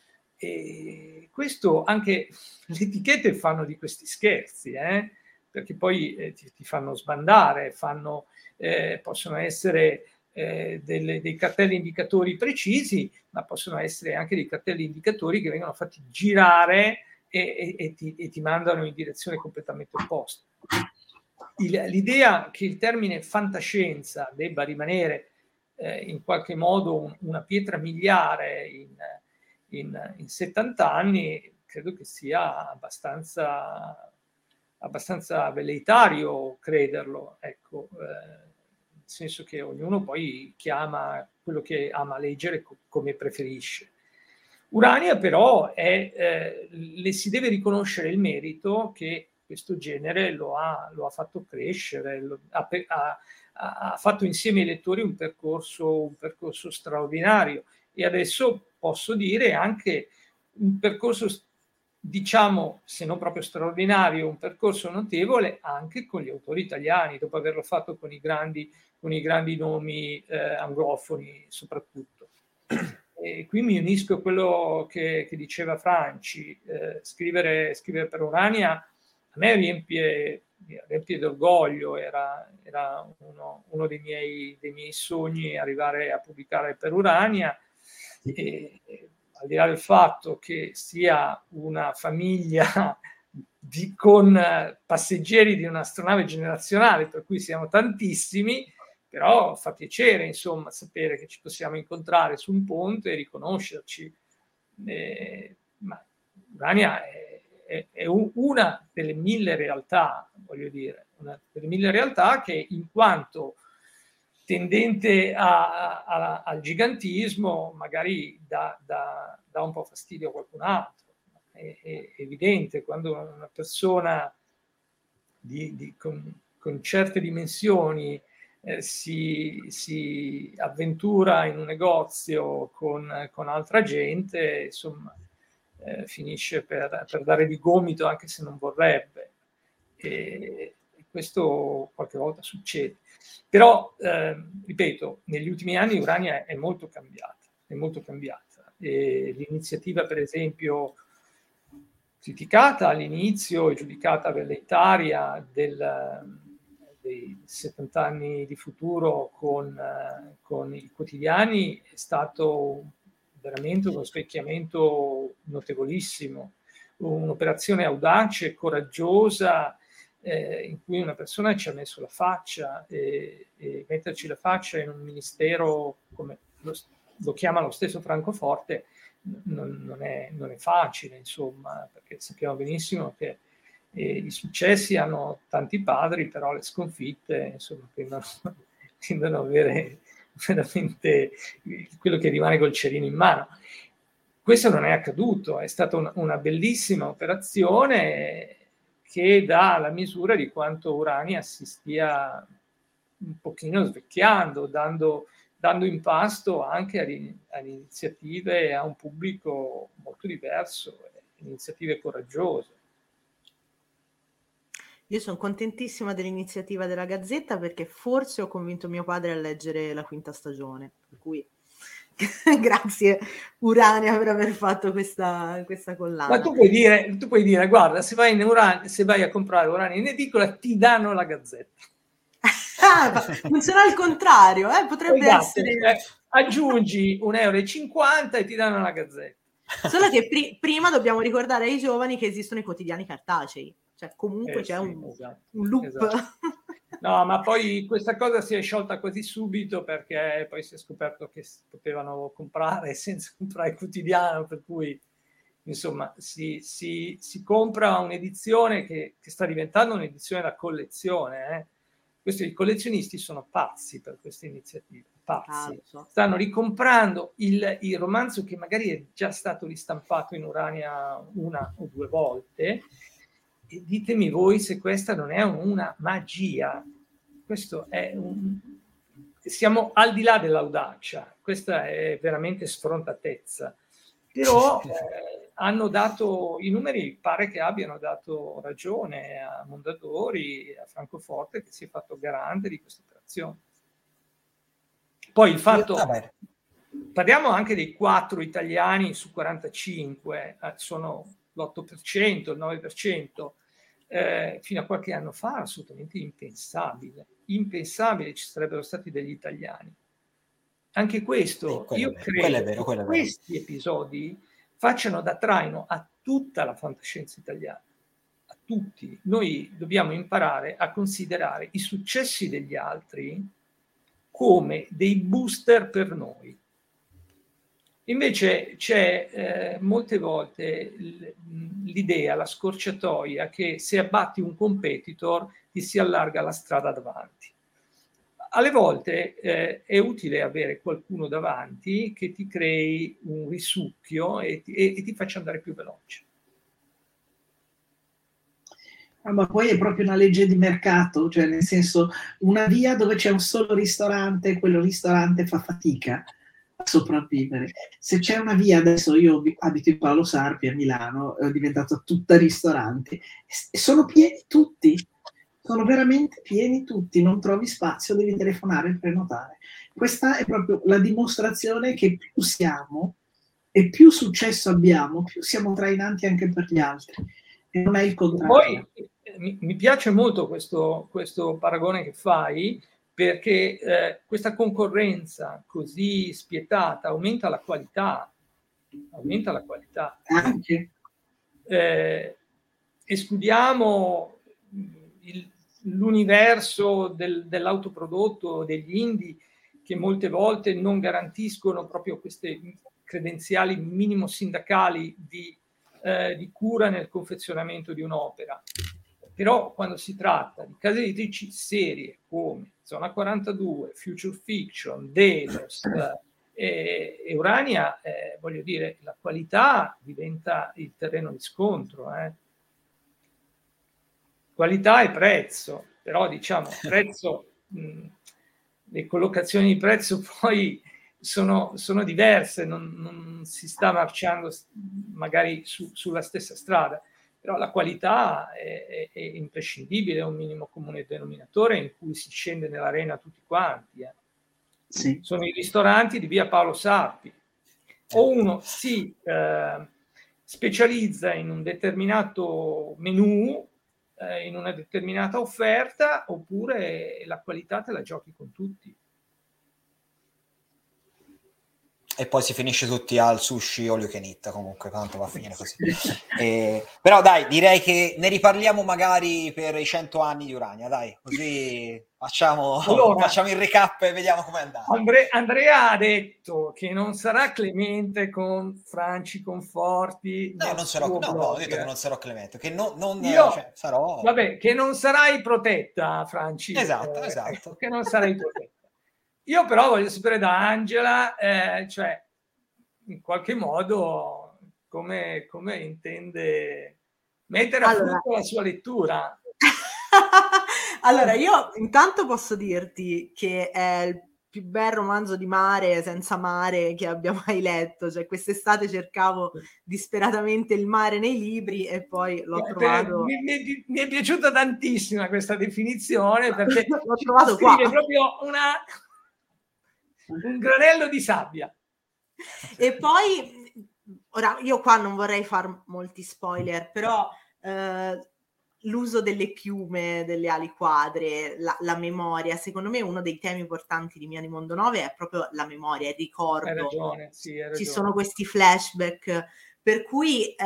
E questo anche le etichette fanno di questi scherzi, perché poi ti fanno sbandare, possono essere dei cartelli indicatori precisi, ma possono essere anche dei cartelli indicatori che vengono fatti girare e ti mandano in direzione completamente opposta. L'idea che il termine fantascienza debba rimanere in qualche modo una pietra miliare in 70 anni, credo che sia abbastanza velleitario crederlo, ecco, nel senso che ognuno poi chiama quello che ama leggere come preferisce. Urania però le si deve riconoscere il merito che questo genere lo ha fatto crescere, ha fatto insieme ai lettori un percorso straordinario, e adesso posso dire anche un percorso, diciamo, se non proprio straordinario, un percorso notevole anche con gli autori italiani, dopo averlo fatto con i grandi nomi anglofoni soprattutto. E qui mi unisco a quello che diceva Franci. Scrivere per Urania a me riempie d'orgoglio, era uno dei miei sogni arrivare a pubblicare per Urania, e al di là del fatto che sia una famiglia con passeggeri di un'astronave generazionale, per cui siamo tantissimi, però fa piacere, insomma, sapere che ci possiamo incontrare su un ponte e riconoscerci. Ma Urania è una delle 1000 realtà, voglio dire, una delle 1000 realtà che, in quanto tendente al gigantismo, magari dà un po' fastidio a qualcun altro. È evidente, quando una persona con certe dimensioni si avventura in un negozio con altra gente, insomma, finisce per dare di gomito anche se non vorrebbe, e questo qualche volta succede. Però, ripeto, negli ultimi anni Urania è molto cambiata. E l'iniziativa, per esempio, criticata all'inizio e giudicata velleitaria dei 70 anni di futuro con i quotidiani, è stato veramente uno specchiamento notevolissimo, un'operazione audace, coraggiosa, in cui una persona ci ha messo la faccia, e metterci la faccia in un ministero come lo chiama lo stesso Francoforte non è facile, insomma, perché sappiamo benissimo che i successi hanno tanti padri, però le sconfitte, insomma, tendono ad avere veramente quello che rimane col cerino in mano. Questo non è accaduto, è stata una bellissima operazione che dà la misura di quanto Urania si stia un pochino svecchiando, dando impasto anche ad iniziative, a un pubblico molto diverso, iniziative coraggiose. Io sono contentissima dell'iniziativa della Gazzetta, perché forse ho convinto mio padre a leggere la 5ª stagione, per cui grazie Urania per aver fatto questa collana. Ma tu puoi dire, guarda, se vai a comprare Urania in edicola ti danno la Gazzetta. Funziona al contrario, potrebbe essere. Aggiungi €1,50 e ti danno la Gazzetta. Solo che prima dobbiamo ricordare ai giovani che esistono i quotidiani cartacei, cioè comunque c'è un loop. Esatto. No, ma poi questa cosa si è sciolta quasi subito, perché poi si è scoperto che si potevano comprare senza comprare il quotidiano, per cui insomma si compra un'edizione che sta diventando un'edizione da collezione. I collezionisti sono pazzi per queste iniziative, pazzi. Stanno ricomprando il romanzo che magari è già stato ristampato in Urania 1 o 2 volte, e ditemi voi se questa non è una magia. Questo è siamo al di là dell'audacia, questa è veramente sfrontatezza. Però hanno dato, i numeri pare che abbiano dato ragione a Mondadori, a Francoforte, che si è fatto garante di questa operazione. Poi il fatto, parliamo anche dei 4 italiani su 45, sono l'8%, il 9%, fino a qualche anno fa assolutamente impensabile ci sarebbero stati degli italiani. Anche questo, io credo che questi episodi facciano da traino a tutta la fantascienza italiana, a tutti. Noi dobbiamo imparare a considerare i successi degli altri come dei booster per noi. Invece c'è molte volte l'idea, la scorciatoia, che se abbatti un competitor ti si allarga la strada davanti. Alle volte è utile avere qualcuno davanti che ti crei un risucchio e ti faccia andare più veloce. Ma poi è proprio una legge di mercato, cioè nel senso, una via dove c'è un solo ristorante, quello ristorante fa fatica a sopravvivere. Se c'è una via, adesso io abito in Paolo Sarpi a Milano, è diventata tutta ristoranti, e sono pieni tutti, sono veramente pieni tutti, non trovi spazio, devi telefonare e prenotare. Questa è proprio la dimostrazione che più siamo e più successo abbiamo, più siamo trainanti anche per gli altri. E non è il contrario. Poi mi piace molto questo paragone che fai, perché questa concorrenza così spietata aumenta la qualità. Anche. Escludiamo l'universo dell'autoprodotto, degli indie, che molte volte non garantiscono proprio queste credenziali minimo sindacali di cura nel confezionamento di un'opera. Però quando si tratta di case editrici serie come Zona 42, Future Fiction, Delos e Urania, voglio dire, la qualità diventa il terreno di scontro. Qualità e prezzo, però diciamo prezzo, le collocazioni di prezzo poi sono diverse, non si sta marciando magari sulla stessa strada, però la qualità è imprescindibile, è un minimo comune denominatore in cui si scende nell'arena tutti quanti. Sì. Sono i ristoranti di via Paolo Sarpi, o uno si specializza in un determinato menù, in una determinata offerta, oppure la qualità te la giochi con tutti. E poi si finisce tutti al sushi all you can eat, comunque tanto va a finire così. Però dai, direi che ne riparliamo magari per i 100 anni di Urania, dai, così facciamo il recap e vediamo com'è andato. Andrea ha detto che non sarà clemente con Franci Conforti. No, non sarò, ho detto che non sarò clemente, che sarò... Vabbè, che non sarai protetta, Franci. Esatto. Ecco, che non sarai protetta. Io però voglio sapere da Angela, cioè, in qualche modo, come intende mettere a frutto la sua lettura. Allora, io intanto posso dirti che è il più bel romanzo di mare senza mare che abbia mai letto. Cioè, quest'estate cercavo disperatamente il mare nei libri e poi l'ho trovato. Mi è piaciuta tantissimo questa definizione, perché l'ho trovato qua. È proprio un granello di sabbia. E poi, ora, io qua non vorrei fare molti spoiler, però l'uso delle piume, delle ali quadre, la memoria, secondo me uno dei temi importanti di Mia di Mondo 9 è proprio la memoria, il ricordo. Hai ragione. Ci sono questi flashback, per cui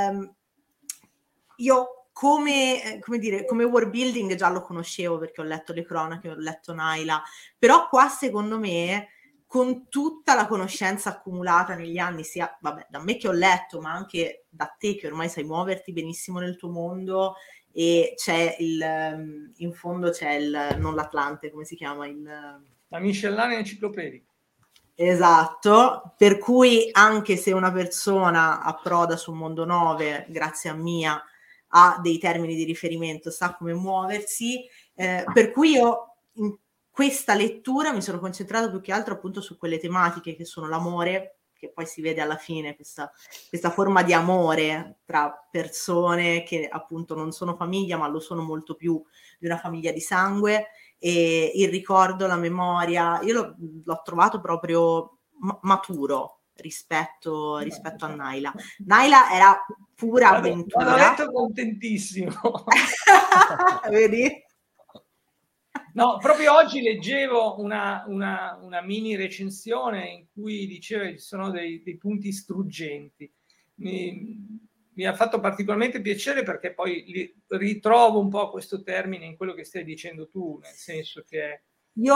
io come world building già lo conoscevo perché ho letto le cronache, ho letto Naila, però qua secondo me, con tutta la conoscenza accumulata negli anni, sia da me che ho letto, ma anche da te che ormai sai muoverti benissimo nel tuo mondo, e c'è in fondo c'è non l'Atlante, come si chiama? La miscellanea enciclopedica. Esatto, per cui anche se una persona approda su Mondo 9, grazie a Mia, ha dei termini di riferimento, sa come muoversi, per cui io in questa lettura mi sono concentrata più che altro appunto su quelle tematiche che sono l'amore, che poi si vede alla fine questa forma di amore tra persone che appunto non sono famiglia ma lo sono molto più di una famiglia di sangue, e il ricordo, la memoria, io l'ho trovato proprio maturo rispetto a Naila. Naila era pura avventura. L'ho letto contentissimo. Vedi? No, proprio oggi leggevo una mini recensione in cui diceva che ci sono dei punti struggenti. Mi ha fatto particolarmente piacere perché poi ritrovo un po' questo termine in quello che stai dicendo tu, nel senso che... Io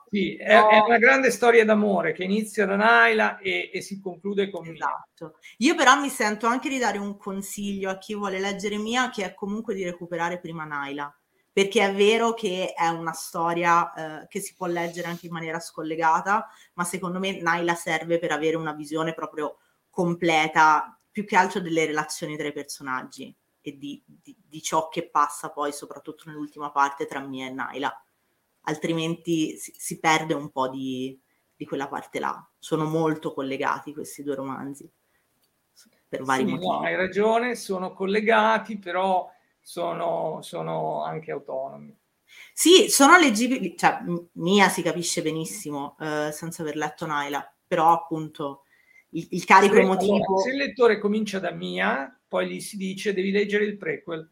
Sì, è una grande storia d'amore che inizia da Naila e si conclude con Mia. Esatto. Io però mi sento anche di dare un consiglio a chi vuole leggere Mia, che è comunque di recuperare prima Naila, perché è vero che è una storia che si può leggere anche in maniera scollegata, ma secondo me Naila serve per avere una visione proprio completa, più che altro delle relazioni tra i personaggi e di ciò che passa poi, soprattutto nell'ultima parte, tra Mia e Naila. Altrimenti si perde un po' di quella parte là. Sono molto collegati questi due romanzi per vari motivi. No, hai ragione, sono collegati, però sono anche autonomi. Sì, sono leggibili, cioè Mia si capisce benissimo senza aver letto Naila, però appunto il carico emotivo... Allora, se il lettore comincia da Mia, poi gli si dice devi leggere il prequel.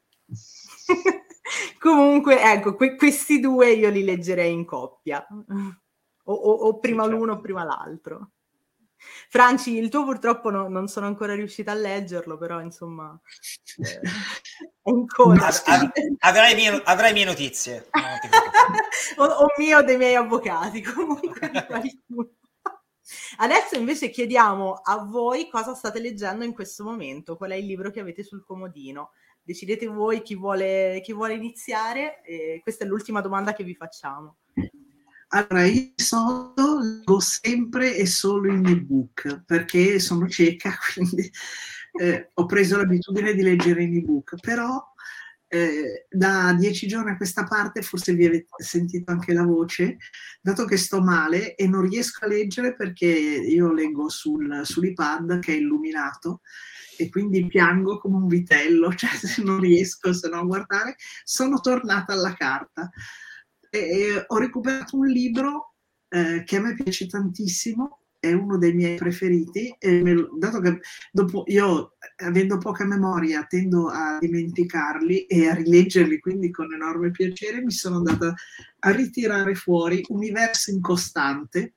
Comunque, ecco, questi due io li leggerei in coppia, o prima sì, certo. l'uno o prima l'altro. Franci, il tuo purtroppo non sono ancora riuscita a leggerlo, però insomma è in coda. Avrai mie notizie. o mio dei miei avvocati, comunque di qualcuno. Adesso invece chiediamo a voi cosa state leggendo in questo momento, qual è il libro che avete sul comodino. Decidete voi chi vuole iniziare. Questa è l'ultima domanda che vi facciamo. Allora, io leggo sempre e solo in ebook, perché sono cieca, quindi ho preso l'abitudine di leggere in ebook, però da 10 giorni a questa parte, forse vi avete sentito anche la voce, dato che sto male e non riesco a leggere perché io leggo sull'iPad che è illuminato, e quindi piango come un vitello, cioè se non riesco se no a guardare, sono tornata alla carta. E ho recuperato un libro che a me piace tantissimo, è uno dei miei preferiti, dato che dopo io, avendo poca memoria, tendo a dimenticarli e a rileggerli, quindi con enorme piacere mi sono andata a ritirare fuori Universo incostante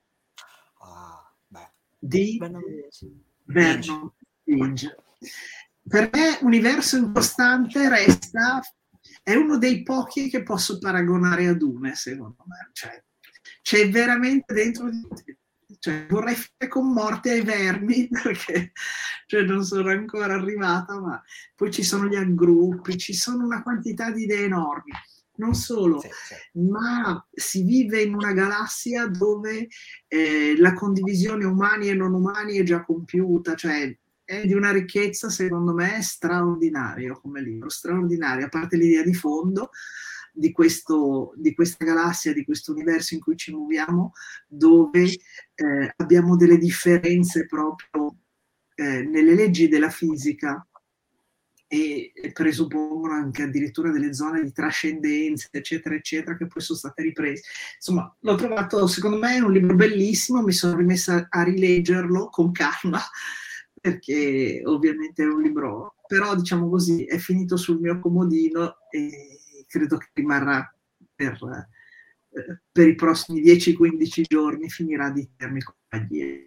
di Vernon Page. Per me Universo incostante è uno dei pochi che posso paragonare a Dune, secondo me. Cioè, c'è veramente dentro, cioè, vorrei fare con morte ai vermi perché non sono ancora arrivata, ma poi ci sono gli aggruppi, ci sono una quantità di idee enormi. Non solo, ma si vive in una galassia dove la condivisione umani e non umani è già compiuta, cioè è di una ricchezza, secondo me, straordinario come libro, straordinario, a parte l'idea di fondo di questa galassia, di questo universo in cui ci muoviamo, dove abbiamo delle differenze proprio nelle leggi della fisica e presuppongono anche addirittura delle zone di trascendenza, eccetera, eccetera, che poi sono state riprese. Insomma, l'ho trovato, secondo me, è un libro bellissimo, mi sono rimessa a rileggerlo con calma, perché ovviamente è un libro, però diciamo così, è finito sul mio comodino e credo che rimarrà per i prossimi 10-15 giorni, finirà di termi compagnia.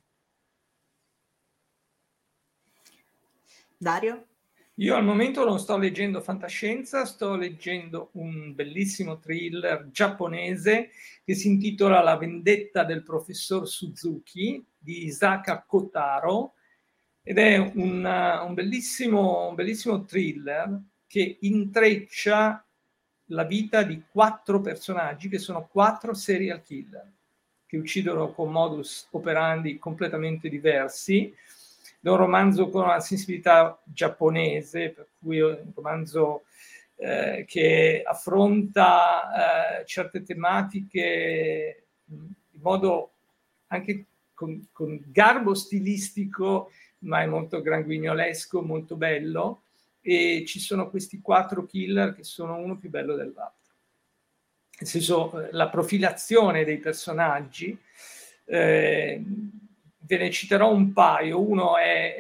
Dario? Io al momento non sto leggendo fantascienza, sto leggendo un bellissimo thriller giapponese che si intitola La vendetta del professor Suzuki di Isaka Kotaro, ed è un bellissimo thriller che intreccia la vita di 4 personaggi che sono 4 serial killer che uccidono con modus operandi completamente diversi. È un romanzo con una sensibilità giapponese, per cui è un romanzo che affronta certe tematiche in modo anche con garbo stilistico, ma è molto granguignolesco, molto bello, e ci sono questi 4 killer che sono uno più bello dell'altro. Nel senso, la profilazione dei personaggi, ve ne citerò un paio. Uno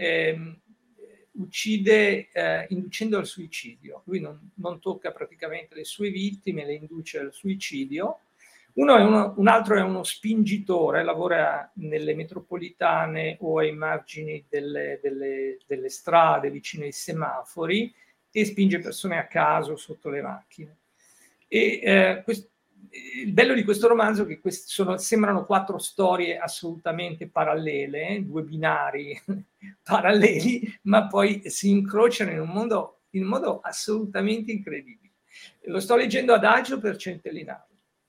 uccide inducendo al suicidio. Lui non tocca praticamente le sue vittime, le induce al suicidio. Un altro è uno spingitore, lavora nelle metropolitane o ai margini delle strade, vicino ai semafori, e spinge persone a caso sotto le macchine. E il bello di questo romanzo è che sembrano 4 storie assolutamente parallele, 2 binari paralleli, ma poi si incrociano in un modo assolutamente incredibile. Lo sto leggendo adagio per centellinarlo.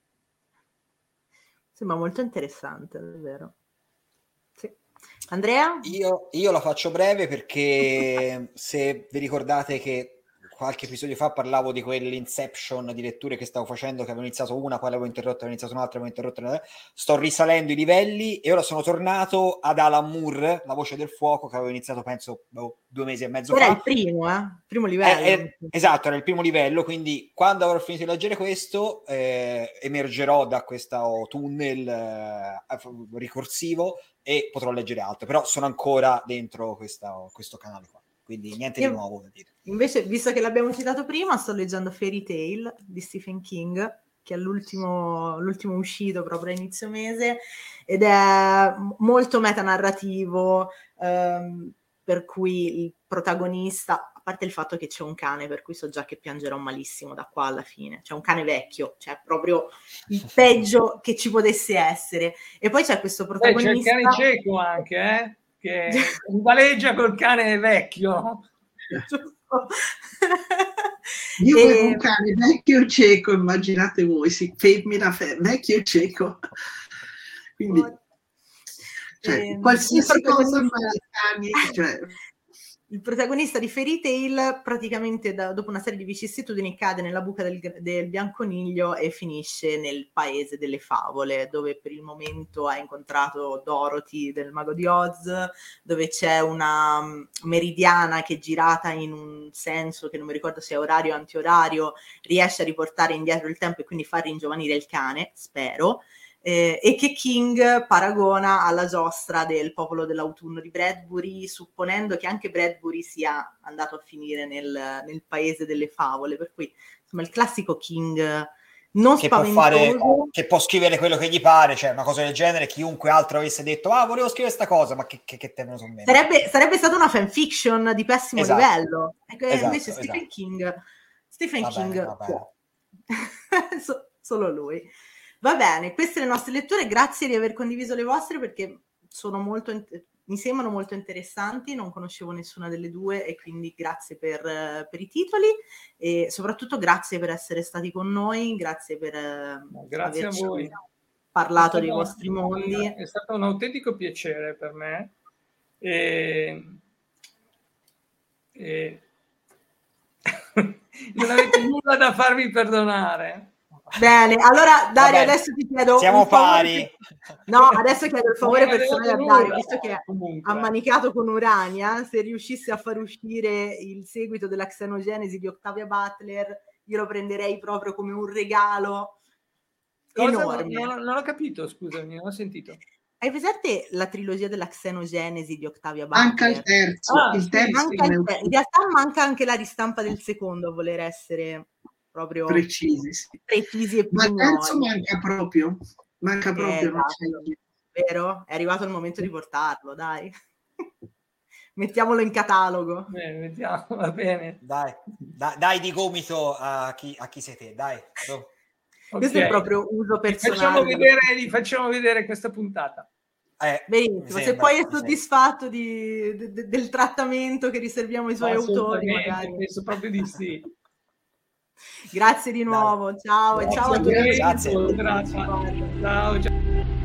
Sembra molto interessante, davvero. Sì. Andrea? Io la faccio breve perché se vi ricordate che qualche episodio fa parlavo di quell'inception di letture che stavo facendo, che avevo iniziato una, poi l'avevo interrotta, avevo iniziato un'altra, avevo interrotta, sto risalendo i livelli e ora sono tornato ad Alan Moore, La voce del fuoco, che avevo iniziato penso 2 mesi e mezzo fa. Era il primo livello. Esatto, era il primo livello, quindi quando avrò finito di leggere questo emergerò da questo tunnel ricorsivo e potrò leggere altro, però sono ancora dentro questo canale qua, quindi niente di nuovo da dire. Invece, visto che l'abbiamo citato prima, sto leggendo Fairy Tail di Stephen King, che è l'ultimo uscito proprio a inizio mese, ed è molto metanarrativo, per cui il protagonista, a parte il fatto che c'è un cane, per cui so già che piangerò malissimo da qua alla fine, c'è un cane vecchio, cioè proprio il peggio che ci potesse essere, e poi c'è questo protagonista... C'è il cane cieco anche, che valeggia col cane vecchio. Io avevo un cane vecchio cieco, immaginate voi, vecchio cieco, quindi qualsiasi cosa ma i cani, cioè. Il protagonista di Fairy Tail praticamente dopo una serie di vicissitudini cade nella buca del bianconiglio e finisce nel paese delle favole, dove per il momento ha incontrato Dorothy del Mago di Oz, dove c'è una meridiana che girata in un senso che non mi ricordo se è orario o antiorario riesce a riportare indietro il tempo e quindi far ringiovanire il cane, spero. E che King paragona alla giostra del Popolo dell'autunno di Bradbury, supponendo che anche Bradbury sia andato a finire nel paese delle favole, per cui insomma il classico King non che spaventoso, che può scrivere quello che gli pare, cioè una cosa del genere. Chiunque altro avesse detto volevo scrivere sta cosa, ma che te ne so meno. Sarebbe stata una fanfiction di pessimo livello, invece Stephen King può. Solo lui. Va bene, queste le nostre letture, grazie di aver condiviso le vostre perché mi sembrano molto interessanti, non conoscevo nessuna delle due e quindi grazie per i titoli e soprattutto grazie per essere stati con noi, grazie per averci parlato dei vostri mondi. È stato un autentico piacere per me non avete nulla da farvi perdonare. Bene, allora Dario, adesso ti chiedo siamo pari. Adesso chiedo il favore personale a Dario, visto che è ammanicato con Urania, se riuscisse a far uscire il seguito della Xenogenesi di Octavia Butler, io lo prenderei proprio come un regalo enorme. Non ho capito, scusami, non ho sentito. Hai presente la trilogia della Xenogenesi di Octavia Butler? Manca il terzo. Il terzo in realtà manca anche la ristampa del secondo, a voler essere proprio precisi e ma il terzo manca proprio vero? È arrivato il momento di portarlo, dai. Mettiamolo in catalogo. Va bene. Dai di gomito a chi siete, dai. Questo è proprio uso personale. Gli facciamo vedere questa puntata. Benissimo, se poi è soddisfatto del trattamento che riserviamo ai suoi autori, magari. Penso proprio di sì. Grazie di nuovo, ciao e ciao a tutti. Grazie. Ciao.